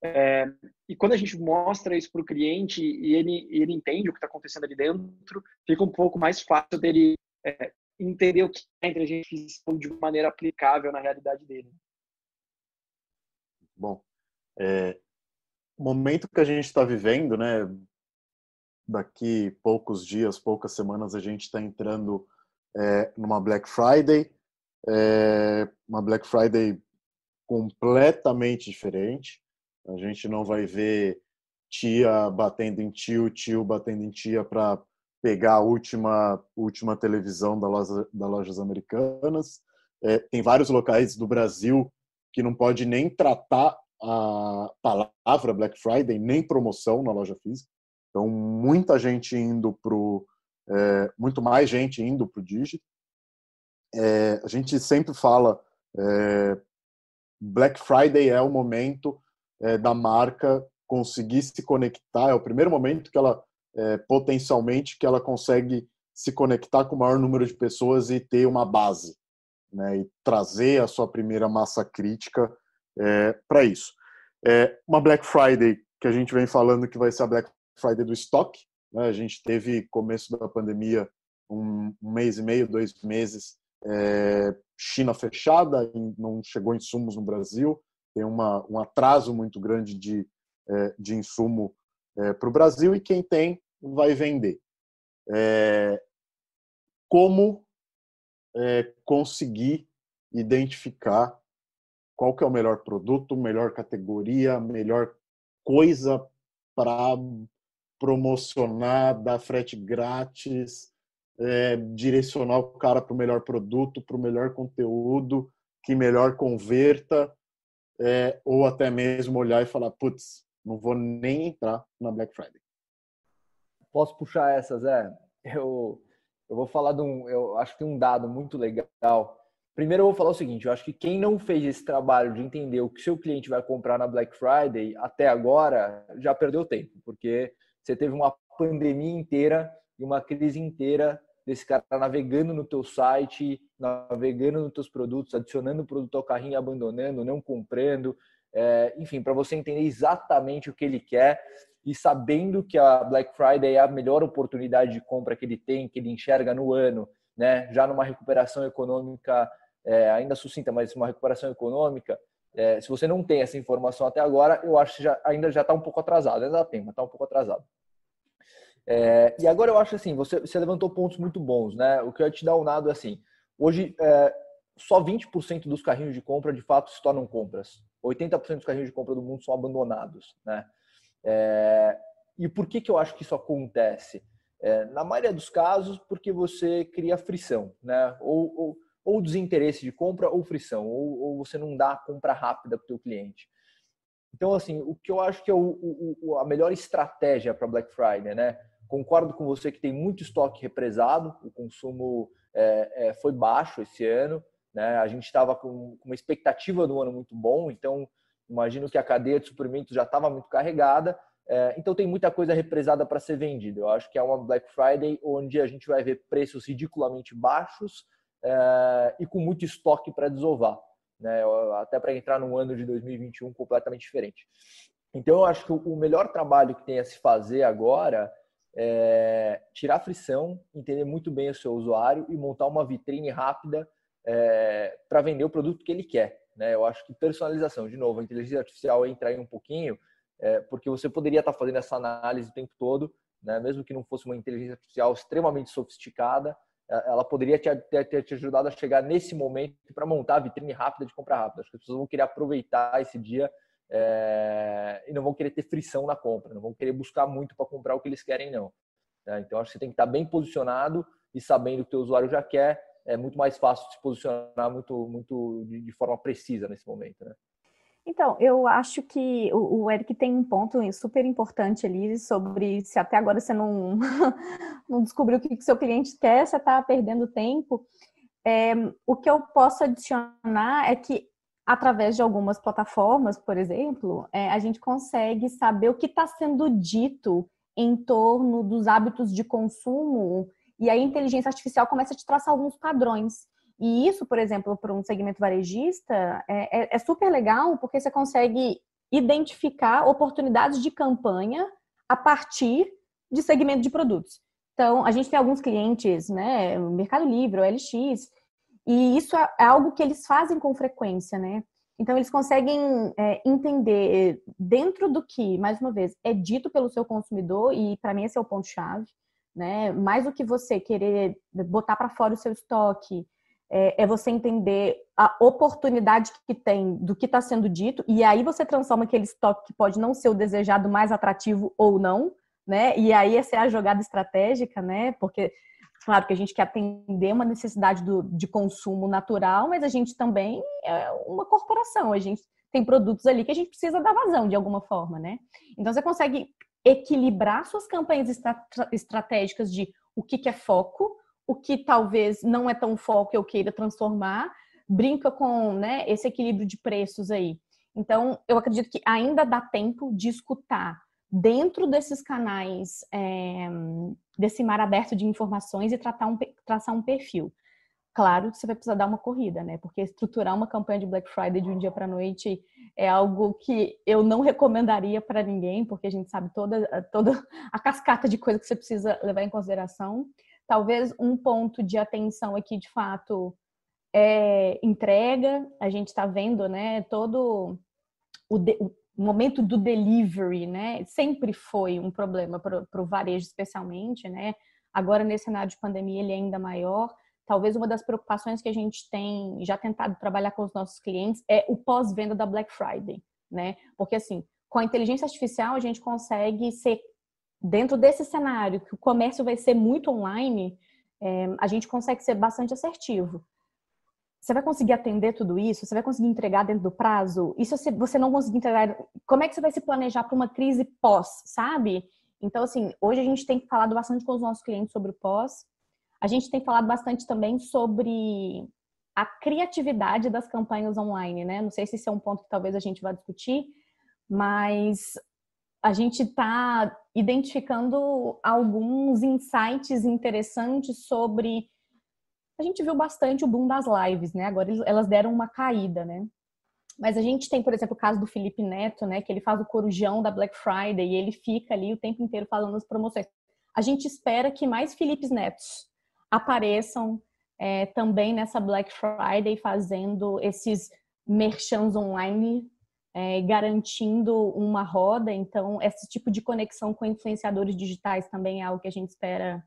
É, e quando a gente mostra isso para o cliente e ele, ele entende o que está acontecendo ali dentro, fica um pouco mais fácil dele é, entender o que é a inteligência artificial de uma maneira aplicável na realidade dele. Bom, é, o momento que a gente está vivendo, né? Daqui poucos dias, poucas semanas, a gente está entrando é, numa Black Friday, é, uma Black Friday completamente diferente. A gente não vai ver tia batendo em tio, tio batendo em tia para pegar a última, última televisão da loja, da Lojas Americanas. É, tem vários locais do Brasil que não pode nem tratar a palavra Black Friday, nem promoção na loja física. Então, muita gente indo para é, muito mais gente indo para o digital. É, a gente sempre fala é, Black Friday é o momento é, da marca conseguir se conectar, é o primeiro momento que ela é, potencialmente que ela consegue se conectar com o maior número de pessoas e ter uma base, né, e trazer a sua primeira massa crítica é, para isso. É, uma Black Friday que a gente vem falando que vai ser a Black Friday do estoque, né, a gente teve começo da pandemia um, um mês e meio, dois meses, é, China fechada, não chegou insumos no Brasil, tem uma, um atraso muito grande de, é, de insumo é, para o Brasil, e quem tem vai vender. É, como é, conseguir identificar qual que é o melhor produto, melhor categoria, melhor coisa para promocionar, dar frete grátis, é, direcionar o cara para o melhor produto, para o melhor conteúdo, que melhor converta, é, ou até mesmo olhar e falar, putz, não vou nem entrar na Black Friday. Posso puxar essa, Zé? Eu, eu vou falar de um, eu acho que tem um dado muito legal. Primeiro eu vou falar o seguinte, eu acho que quem não fez esse trabalho de entender o que seu cliente vai comprar na Black Friday, até agora, já perdeu tempo, porque você teve uma pandemia inteira e uma crise inteira desse cara navegando no teu site, navegando nos teus produtos, adicionando o produto ao carrinho e abandonando, não comprando, é, enfim, para você entender exatamente o que ele quer e sabendo que a Black Friday é a melhor oportunidade de compra que ele tem, que ele enxerga no ano, né? Já numa recuperação econômica, é, ainda sucinta, mas uma recuperação econômica, é, se você não tem essa informação até agora, eu acho que já, ainda já está um pouco atrasado, ainda dá tempo, mas está um pouco atrasado. É, e agora eu acho assim, você, você levantou pontos muito bons, né? O que eu ia te dar um dado é assim, hoje é, só vinte por cento dos carrinhos de compra de fato se tornam compras. oitenta por cento dos carrinhos de compra do mundo são abandonados, né? É, e por que que eu acho que isso acontece? É, na maioria dos casos, porque você cria frição, né? Ou, ou, ou desinteresse de compra ou frição, ou, ou você não dá a compra rápida para o teu cliente. Então, assim, o que eu acho que é o, o, a melhor estratégia para Black Friday, né? Concordo com você que tem muito estoque represado, o consumo é, é, foi baixo esse ano, né? A gente estava com uma expectativa do ano muito bom, então imagino que a cadeia de suprimentos já estava muito carregada, é, então tem muita coisa represada para ser vendida. Eu acho que é uma Black Friday onde a gente vai ver preços ridiculamente baixos é, e com muito estoque para desovar, né? Até para entrar num ano de dois mil e vinte e um completamente diferente. Então eu acho que o melhor trabalho que tem a se fazer agora é tirar a frição, entender muito bem o seu usuário e montar uma vitrine rápida é, para vender o produto que ele quer, né? Eu acho que personalização, de novo, a inteligência artificial entra aí um pouquinho, é, porque você poderia estar fazendo essa análise o tempo todo, né? Mesmo que não fosse uma inteligência artificial extremamente sofisticada, ela poderia te, ter te ajudado a chegar nesse momento para montar a vitrine rápida de compra rápida. Acho que as pessoas vão querer aproveitar esse dia é, e não vão querer ter frição na compra, não vão querer buscar muito para comprar o que eles querem, não. É, então, acho que você tem que estar bem posicionado e sabendo o que o teu usuário já quer, é muito mais fácil de se posicionar muito, muito de, de forma precisa nesse momento, né? Então, eu acho que o, o Eric tem um ponto super importante ali sobre se até agora você não, não descobriu o que o seu cliente quer, você está perdendo tempo. É, o que eu posso adicionar é que, através de algumas plataformas, por exemplo, é, a gente consegue saber o que está sendo dito em torno dos hábitos de consumo, e aí a inteligência artificial começa a te traçar alguns padrões. E isso, por exemplo, para um segmento varejista, é, é, é super legal, porque você consegue identificar oportunidades de campanha a partir de segmento de produtos. Então, a gente tem alguns clientes, né, o Mercado Livre, o L X, e isso é algo que eles fazem com frequência, né? Então, eles conseguem é, entender dentro do que, mais uma vez, é dito pelo seu consumidor, e para mim esse é o ponto-chave, né? Mais do que você querer botar para fora o seu estoque, é você entender a oportunidade que tem do que está sendo dito, e aí você transforma aquele estoque que pode não ser o desejado mais atrativo ou não, né? E aí essa é a jogada estratégica, né? Porque, claro que a gente quer atender uma necessidade do, de consumo natural, mas a gente também é uma corporação, a gente tem produtos ali que a gente precisa dar vazão de alguma forma, né? Então você consegue equilibrar suas campanhas estra- estratégicas de o que, que é foco, o que talvez não é tão foco eu queira transformar, brinca com, né, esse equilíbrio de preços aí. Então, eu acredito que ainda dá tempo de escutar dentro desses canais, é, desse mar aberto de informações e tratar um, traçar um perfil. Claro que você vai precisar dar uma corrida, né? Porque estruturar uma campanha de Black Friday de um dia para a noite é algo que eu não recomendaria para ninguém, porque a gente sabe toda, toda a cascata de coisas que você precisa levar em consideração. Talvez um ponto de atenção aqui, de fato, é entrega. A gente está vendo, né, todo o, de, o momento do delivery, né, sempre foi um problema para o varejo, especialmente, né? Agora, nesse cenário de pandemia, ele é ainda maior. Talvez uma das preocupações que a gente tem já tentado trabalhar com os nossos clientes é o pós-venda da Black Friday, né? Porque, assim, com a inteligência artificial, a gente consegue ser, dentro desse cenário, que o comércio vai ser muito online, é, a gente consegue ser bastante assertivo. Você vai conseguir atender tudo isso? Você vai conseguir entregar dentro do prazo? E se você não conseguir entregar, como é que você vai se planejar para uma crise pós, sabe? Então, assim, hoje a gente tem falado bastante com os nossos clientes sobre o pós. A gente tem falado bastante também sobre a criatividade das campanhas online, né? Não sei se esse é um ponto que talvez a gente vá discutir, mas a gente está identificando alguns insights interessantes sobre... A gente viu bastante o boom das lives, né? Agora elas deram uma caída, né? Mas a gente tem, por exemplo, o caso do Felipe Neto, né? Que ele faz o corujão da Black Friday e ele fica ali o tempo inteiro falando as promoções. A gente espera que mais Felipes Netos apareçam é, também nessa Black Friday fazendo esses merchans online, é, garantindo uma roda. Então, esse tipo de conexão com influenciadores digitais também é algo que a gente espera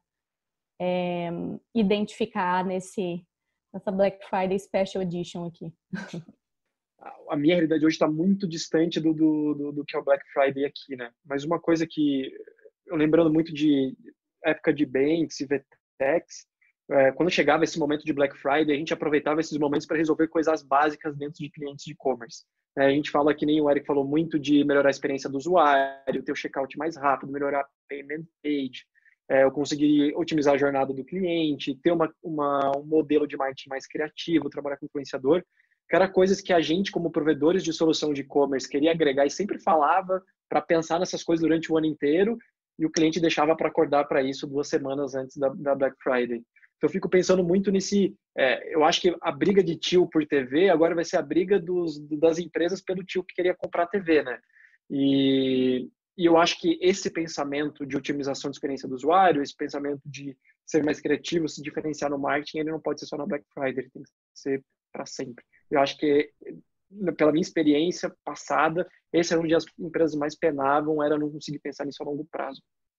é, identificar nesse, nessa Black Friday Special Edition aqui. A minha realidade hoje está muito distante do, do, do, do que é o Black Friday aqui, né? Mas uma coisa que eu lembrando muito de época de Banks e V TEX, é, quando chegava esse momento de Black Friday, a gente aproveitava esses momentos para resolver coisas básicas dentro de clientes de e-commerce. É, a gente fala, que nem o Eric falou, muito de melhorar a experiência do usuário, ter o checkout mais rápido, melhorar a payment page, é, eu conseguir otimizar a jornada do cliente, ter uma, uma, um modelo de marketing mais criativo, trabalhar com influenciador, que era coisas que a gente, como provedores de solução de e-commerce, queria agregar e sempre falava para pensar nessas coisas durante o ano inteiro, e o cliente deixava para acordar para isso duas semanas antes da, da Black Friday. Então, eu fico pensando muito nesse... É, eu acho que a briga de tio por T V agora vai ser a briga dos, das empresas pelo tio que queria comprar T V, né? E, e eu acho que esse pensamento de otimização de experiência do usuário, esse pensamento de ser mais criativo, se diferenciar no marketing, ele não pode ser só na Black Friday, ele tem que ser para sempre. Eu acho que, pela minha experiência passada, esse era onde as empresas mais penavam, era não conseguir pensar nisso a longo prazo.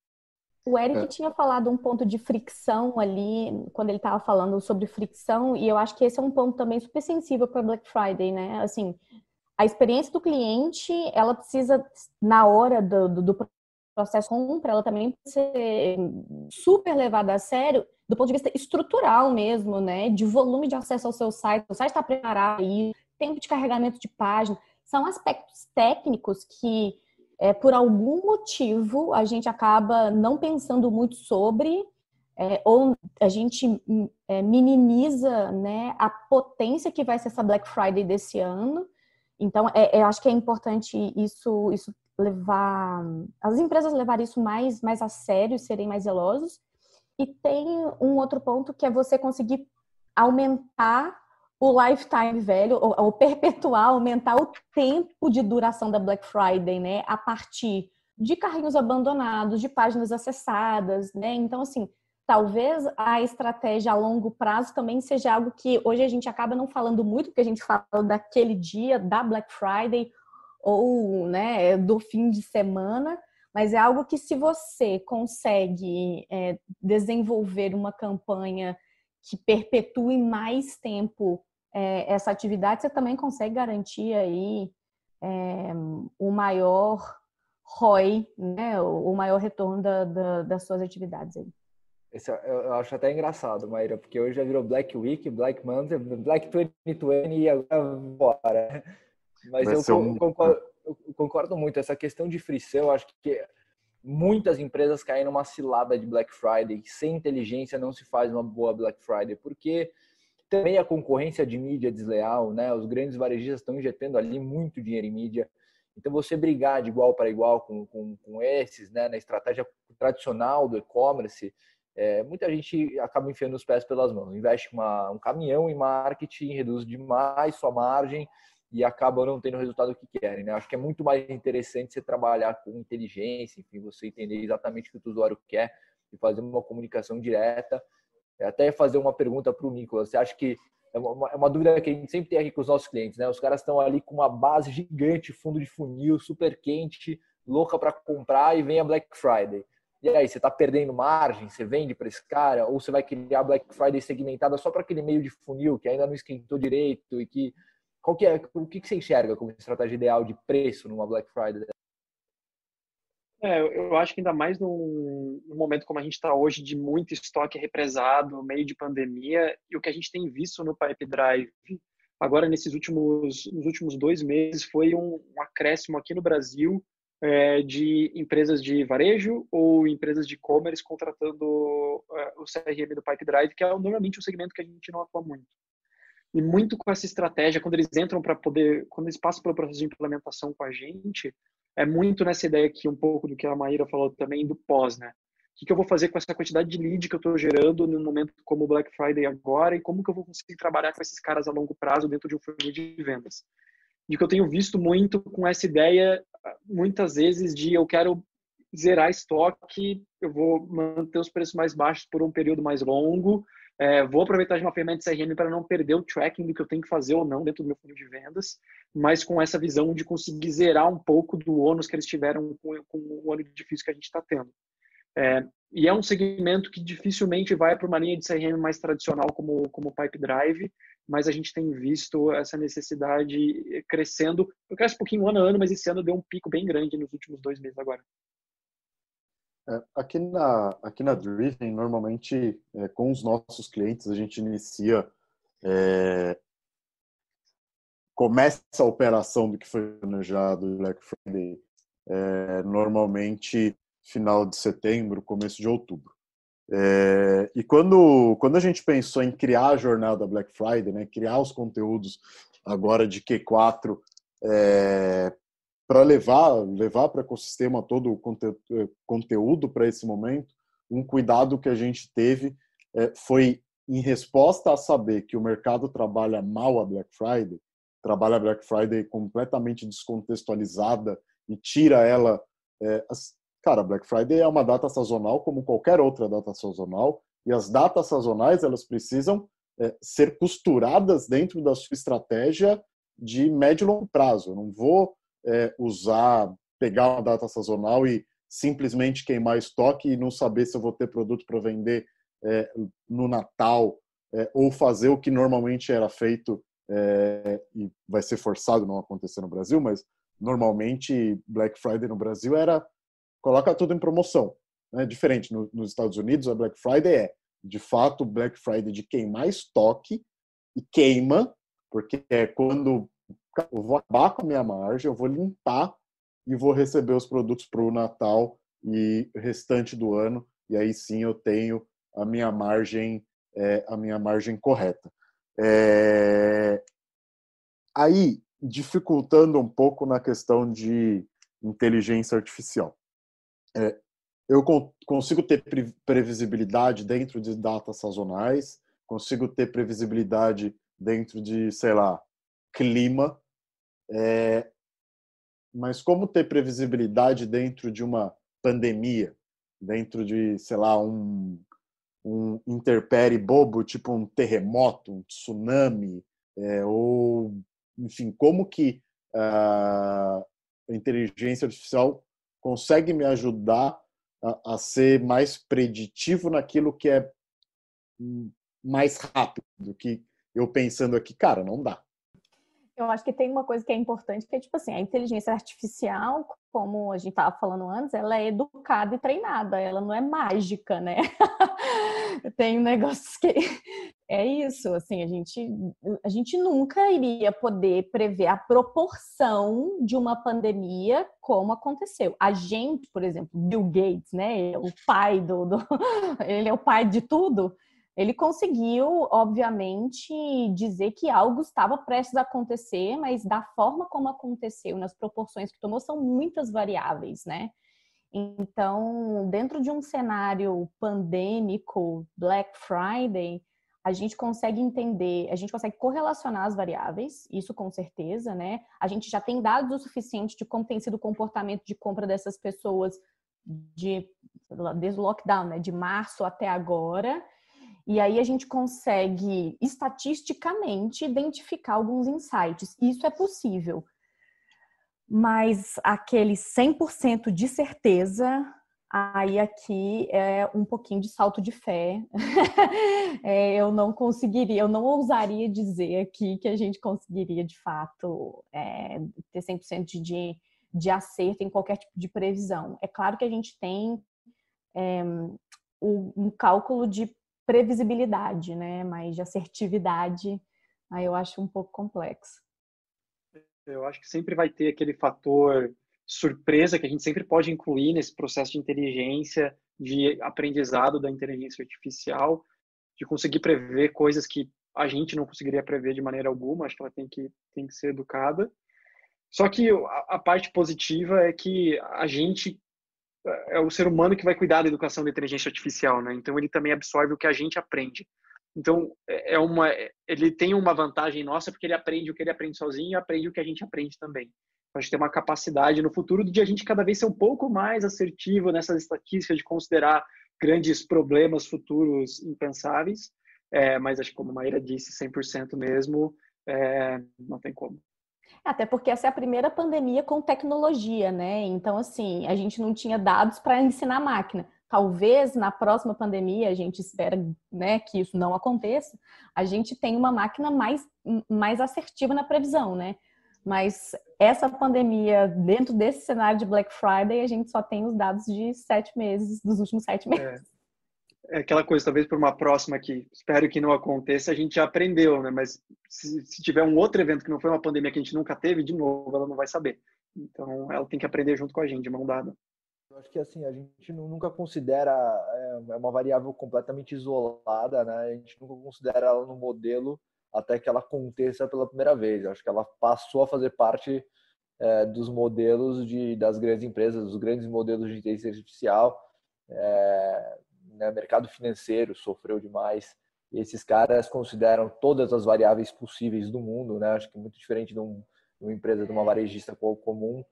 O Eric É. tinha falado um ponto de fricção ali, quando ele estava falando sobre fricção, e eu acho que esse é um ponto também super sensível para Black Friday, né? Assim, a experiência do cliente, ela precisa, na hora do, do, do processo de compra, ela também precisa ser super levada a sério, do ponto de vista estrutural mesmo, né? De volume de acesso ao seu site, o site está preparado aí, tempo de carregamento de página, são aspectos técnicos que É, por algum motivo, a gente acaba não pensando muito sobre, é, ou a gente é, minimiza, né, a potência que vai ser essa Black Friday desse ano. Então, é, eu acho que é importante isso, isso levar... As empresas levarem isso mais, mais a sério, serem mais zelosos. E tem um outro ponto que é você conseguir aumentar o lifetime velho, ou, ou perpetuar, aumentar o tempo de duração da Black Friday, né? A partir de carrinhos abandonados, de páginas acessadas, né? Então, assim, talvez a estratégia a longo prazo também seja algo que hoje a gente acaba não falando muito, porque a gente fala daquele dia, da Black Friday, ou, né, do fim de semana, mas é algo que, se você consegue é, desenvolver uma campanha que perpetue mais tempo é, essa atividade, você também consegue garantir aí é, o maior R O I, né, o maior retorno da, da, das suas atividades aí. Esse eu, eu acho até engraçado, Maíra, porque hoje já virou Black Week, Black Month, Black dois mil e vinte e agora bora. Mas eu, um... concordo, eu concordo muito. Essa questão de frição, acho que muitas empresas caem numa cilada de Black Friday. Sem inteligência não se faz uma boa Black Friday, porque também a concorrência de mídia desleal, né? Os grandes varejistas estão injetando ali muito dinheiro em mídia. Então, você brigar de igual para igual com, com, com esses, né? Na estratégia tradicional do e-commerce, é, muita gente acaba enfiando os pés pelas mãos. Investe uma, um caminhão em marketing, reduz demais sua margem e acaba não tendo o resultado que querem, né? Acho que é muito mais interessante você trabalhar com inteligência, enfim, você entender exatamente o que o usuário quer e fazer uma comunicação direta. Até fazer uma pergunta para o Nicolas. Você acha que é uma, é uma dúvida que a gente sempre tem aqui com os nossos clientes, né? Os caras estão ali com uma base gigante, fundo de funil, super quente, louca para comprar e vem a Black Friday. E aí, você está perdendo margem? Você vende para esse cara? Ou você vai criar a Black Friday segmentada só para aquele meio de funil que ainda não esquentou direito e que... Qual que é, o que você enxerga como estratégia ideal de preço numa Black Friday? É, eu acho que ainda mais num, num momento como a gente está hoje, de muito estoque represado, meio de pandemia, e o que a gente tem visto no Pipe Drive agora nesses últimos, nos últimos dois meses foi um, um acréscimo aqui no Brasil é, de empresas de varejo ou empresas de e-commerce contratando é, o C R M do Pipe Drive, que é normalmente um segmento que a gente não atua muito. E muito com essa estratégia, quando eles entram para poder, quando eles passam pelo processo de implementação com a gente, é muito nessa ideia aqui, um pouco do que a Maíra falou também, do pós, né? O que, que eu vou fazer com essa quantidade de lead que eu estou gerando num momento como o Black Friday agora e como que eu vou conseguir trabalhar com esses caras a longo prazo dentro de um funil de vendas? E que eu tenho visto muito com essa ideia, muitas vezes, de eu quero zerar estoque, eu vou manter os preços mais baixos por um período mais longo, É, vou aproveitar de uma ferramenta de C R M para não perder o tracking do que eu tenho que fazer ou não dentro do meu funil de vendas, mas com essa visão de conseguir zerar um pouco do ônus que eles tiveram com, com o ano difícil que a gente está tendo. É, e é um segmento que dificilmente vai para uma linha de C R M mais tradicional como o Pipe Drive, mas a gente tem visto essa necessidade crescendo. Eu cresço um pouquinho ano a ano, mas esse ano deu um pico bem grande nos últimos dois meses agora. É, aqui na, aqui na Driven, normalmente, é, com os nossos clientes, a gente inicia, é, começa a operação do que foi planejado Black Friday, é, normalmente final de setembro, começo de outubro. É, e quando, quando a gente pensou em criar a jornada Black Friday, né, criar os conteúdos agora de Q quatro, é, para levar levar para o ecossistema todo o conteúdo, conteúdo para esse momento, um cuidado que a gente teve é, foi em resposta a saber que o mercado trabalha mal a Black Friday, trabalha a Black Friday completamente descontextualizada e tira ela... É, as, cara, Black Friday é uma data sazonal como qualquer outra data sazonal, e as datas sazonais elas precisam é, ser costuradas dentro da sua estratégia de médio e longo prazo. Eu não vou É, usar, pegar uma data sazonal e simplesmente queimar estoque e não saber se eu vou ter produto para vender é, no Natal, é, ou fazer o que normalmente era feito, é, e vai ser forçado não acontecer no Brasil, mas normalmente Black Friday no Brasil era coloca tudo em promoção. Né? Diferente no, nos Estados Unidos, a Black Friday é de fato Black Friday de queimar estoque, e queima, porque é quando eu vou acabar com a minha margem, eu vou limpar e vou receber os produtos para o Natal e restante do ano, e aí sim eu tenho a minha margem, é, a minha margem correta. É... Aí, dificultando um pouco na questão de inteligência artificial. É, eu consigo ter previsibilidade dentro de datas sazonais, consigo ter previsibilidade dentro de, sei lá, clima, É, mas como ter previsibilidade dentro de uma pandemia, dentro de, sei lá, um, um interpérie bobo, tipo um terremoto, um tsunami, é, ou, enfim, como que a inteligência artificial consegue me ajudar a, a ser mais preditivo naquilo que é mais rápido do que eu pensando aqui, cara, não dá. Eu acho que tem uma coisa que é importante, que é tipo assim, a inteligência artificial, como a gente estava falando antes, ela é educada e treinada, ela não é mágica, né? Tem negócios que É isso, assim, a gente, a gente nunca iria poder prever a proporção de uma pandemia como aconteceu. A gente, por exemplo, Bill Gates, né, o pai do, do ele é o pai de tudo, ele conseguiu, obviamente, dizer que algo estava prestes a acontecer, mas da forma como aconteceu, nas proporções que tomou, são muitas variáveis, né? Então, dentro de um cenário pandêmico, Black Friday, a gente consegue entender, a gente consegue correlacionar as variáveis, isso com certeza, né? A gente já tem dados o suficiente de como tem sido o comportamento de compra dessas pessoas de, desde o lockdown, né? De março até agora. E aí a gente consegue, estatisticamente, identificar alguns insights. Isso é possível. Mas aquele cem por cento de certeza, aí aqui é um pouquinho de salto de fé. É, eu não conseguiria, eu não ousaria dizer aqui que a gente conseguiria, de fato, é, ter cem por cento de, de acerto em qualquer tipo de previsão. É claro que a gente tem é, um cálculo de previsibilidade, né? Mas de assertividade, aí eu acho um pouco complexo. Eu acho que sempre vai ter aquele fator surpresa que a gente sempre pode incluir nesse processo de inteligência, de aprendizado da inteligência artificial, de conseguir prever coisas que a gente não conseguiria prever de maneira alguma. Acho que ela tem que, tem que ser educada. Só que a, a parte positiva é que a gente é o ser humano que vai cuidar da educação da inteligência artificial, né? Então ele também absorve o que a gente aprende. Então é uma, ele tem uma vantagem nossa porque ele aprende o que ele aprende sozinho e aprende o que a gente aprende também. A gente tem uma capacidade no futuro de a gente cada vez ser um pouco mais assertivo nessas estatísticas de considerar grandes problemas futuros impensáveis. É, mas acho que como a Maíra disse, cem por cento mesmo, é, não tem como. Até porque essa é a primeira pandemia com tecnologia, né? Então, assim, a gente não tinha dados para ensinar a máquina. Talvez na próxima pandemia, a gente espera, né, que isso não aconteça, a gente tenha uma máquina mais, mais assertiva na previsão, né? Mas essa pandemia, dentro desse cenário de Black Friday, a gente só tem os dados de sete meses, dos últimos sete meses. É. É aquela coisa, talvez por uma próxima que espero que não aconteça, a gente já aprendeu, né? Mas se, se tiver um outro evento que não foi uma pandemia que a gente nunca teve, de novo, ela não vai saber. Então, ela tem que aprender junto com a gente, de mão dada. Eu acho que assim, a gente nunca considera é, uma variável completamente isolada, né? A gente nunca considera ela no modelo até que ela aconteça pela primeira vez. Eu acho que ela passou a fazer parte é, dos modelos de, das grandes empresas, dos grandes modelos de inteligência artificial. É, né, mercado financeiro sofreu demais. E esses caras consideram todas as variáveis possíveis do mundo, né? Acho que é muito diferente de, um, de uma empresa, de uma varejista comum.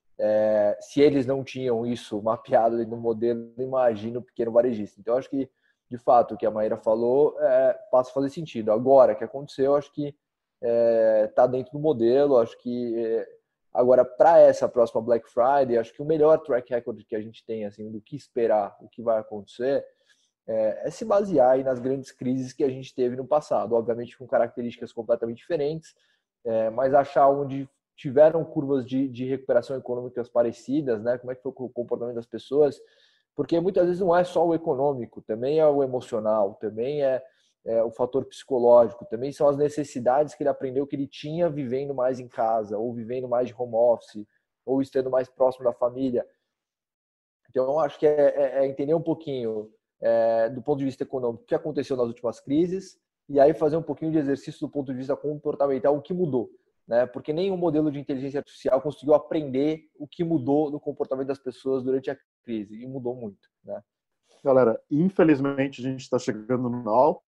É, se eles não tinham isso mapeado no modelo, imagina o pequeno varejista. Então, acho que, de fato, o que a Maíra falou é, passa a fazer sentido. Agora, o que aconteceu, acho que está é, dentro do modelo. Acho que, é, agora, para essa próxima Black Friday, acho que o melhor track record que a gente tem, assim, do que esperar, o que vai acontecer, é, é se basear aí nas grandes crises que a gente teve no passado. Obviamente, com características completamente diferentes, é, mas achar onde tiveram curvas de, de recuperação econômicas parecidas, né? Como é que foi o comportamento das pessoas? Porque muitas vezes não é só o econômico, também é o emocional, também é, é o fator psicológico, também são as necessidades que ele aprendeu que ele tinha vivendo mais em casa, ou vivendo mais de home office, ou estando mais próximo da família. Então, eu acho que é, é, é entender um pouquinho é, do ponto de vista econômico o que aconteceu nas últimas crises, e aí fazer um pouquinho de exercício do ponto de vista comportamental, o que mudou. Né? Porque nenhum modelo de inteligência artificial conseguiu aprender o que mudou no comportamento das pessoas durante a crise, e mudou muito. Né? Galera, infelizmente a gente está chegando no final,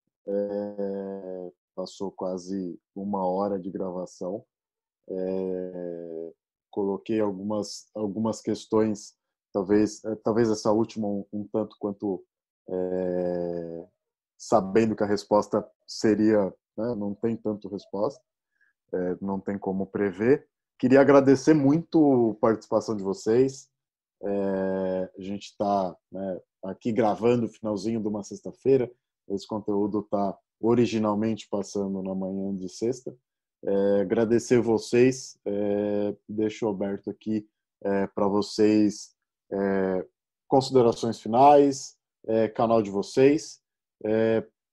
é... passou quase uma hora de gravação, é... coloquei algumas, algumas questões, talvez, talvez essa última um, um tanto quanto é... sabendo que a resposta seria, né? Não tem tanto resposta, É, não tem como prever. Queria agradecer muito a participação de vocês. É, a gente está, né, aqui gravando o finalzinho de uma sexta-feira. Esse conteúdo está originalmente passando na manhã de sexta. É, agradecer vocês. É, deixo aberto aqui é, para vocês é, considerações finais, é, canal de vocês. É,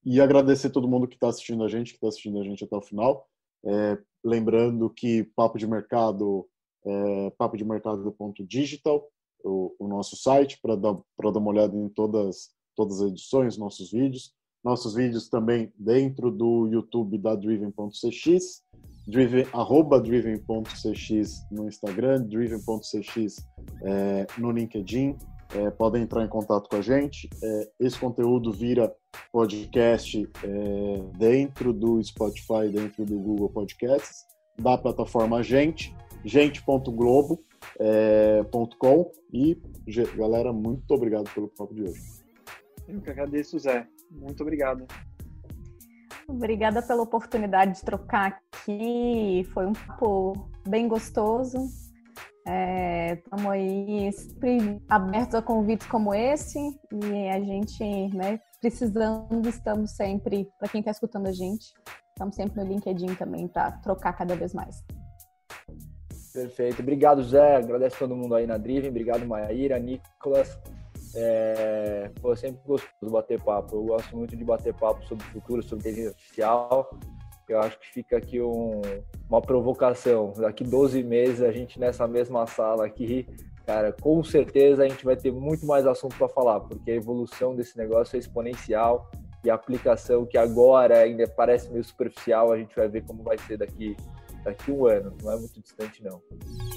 E agradecer todo mundo que está assistindo a gente, que está assistindo a gente até o final. É, lembrando que Papo de Mercado é papo de mercado ponto digital, o, o nosso site, para dar, para dar uma olhada em todas, todas as edições, nossos vídeos. Nossos vídeos também dentro do YouTube da Driven ponto c x, Driven, arroba Driven ponto c x no Instagram, Driven ponto c x é, no LinkedIn. É, podem entrar em contato com a gente. É, esse conteúdo vira podcast é, dentro do Spotify, dentro do Google Podcasts, da plataforma Gente, gente ponto globo ponto com. E, galera, muito obrigado pelo papo de hoje. Eu que agradeço, Zé. Muito obrigado. Obrigada pela oportunidade de trocar aqui. Foi um papo bem gostoso. Estamos é, aí sempre abertos a convites como esse e a gente, né, precisando, estamos sempre, para quem está escutando a gente, estamos sempre no LinkedIn também para trocar cada vez mais. Perfeito. Obrigado, Zé. Agradeço todo mundo aí na Driven. Obrigado, Maíra, Nicolas. É, pô, sempre gostoso de bater papo. Eu gosto muito de bater papo sobre futuro, sobre inteligência artificial. Eu acho que fica aqui um, uma provocação. Daqui doze meses, a gente nessa mesma sala aqui, cara, com certeza a gente vai ter muito mais assunto para falar, porque a evolução desse negócio é exponencial e a aplicação que agora ainda parece meio superficial, a gente vai ver como vai ser daqui, daqui um ano. Não é muito distante, não.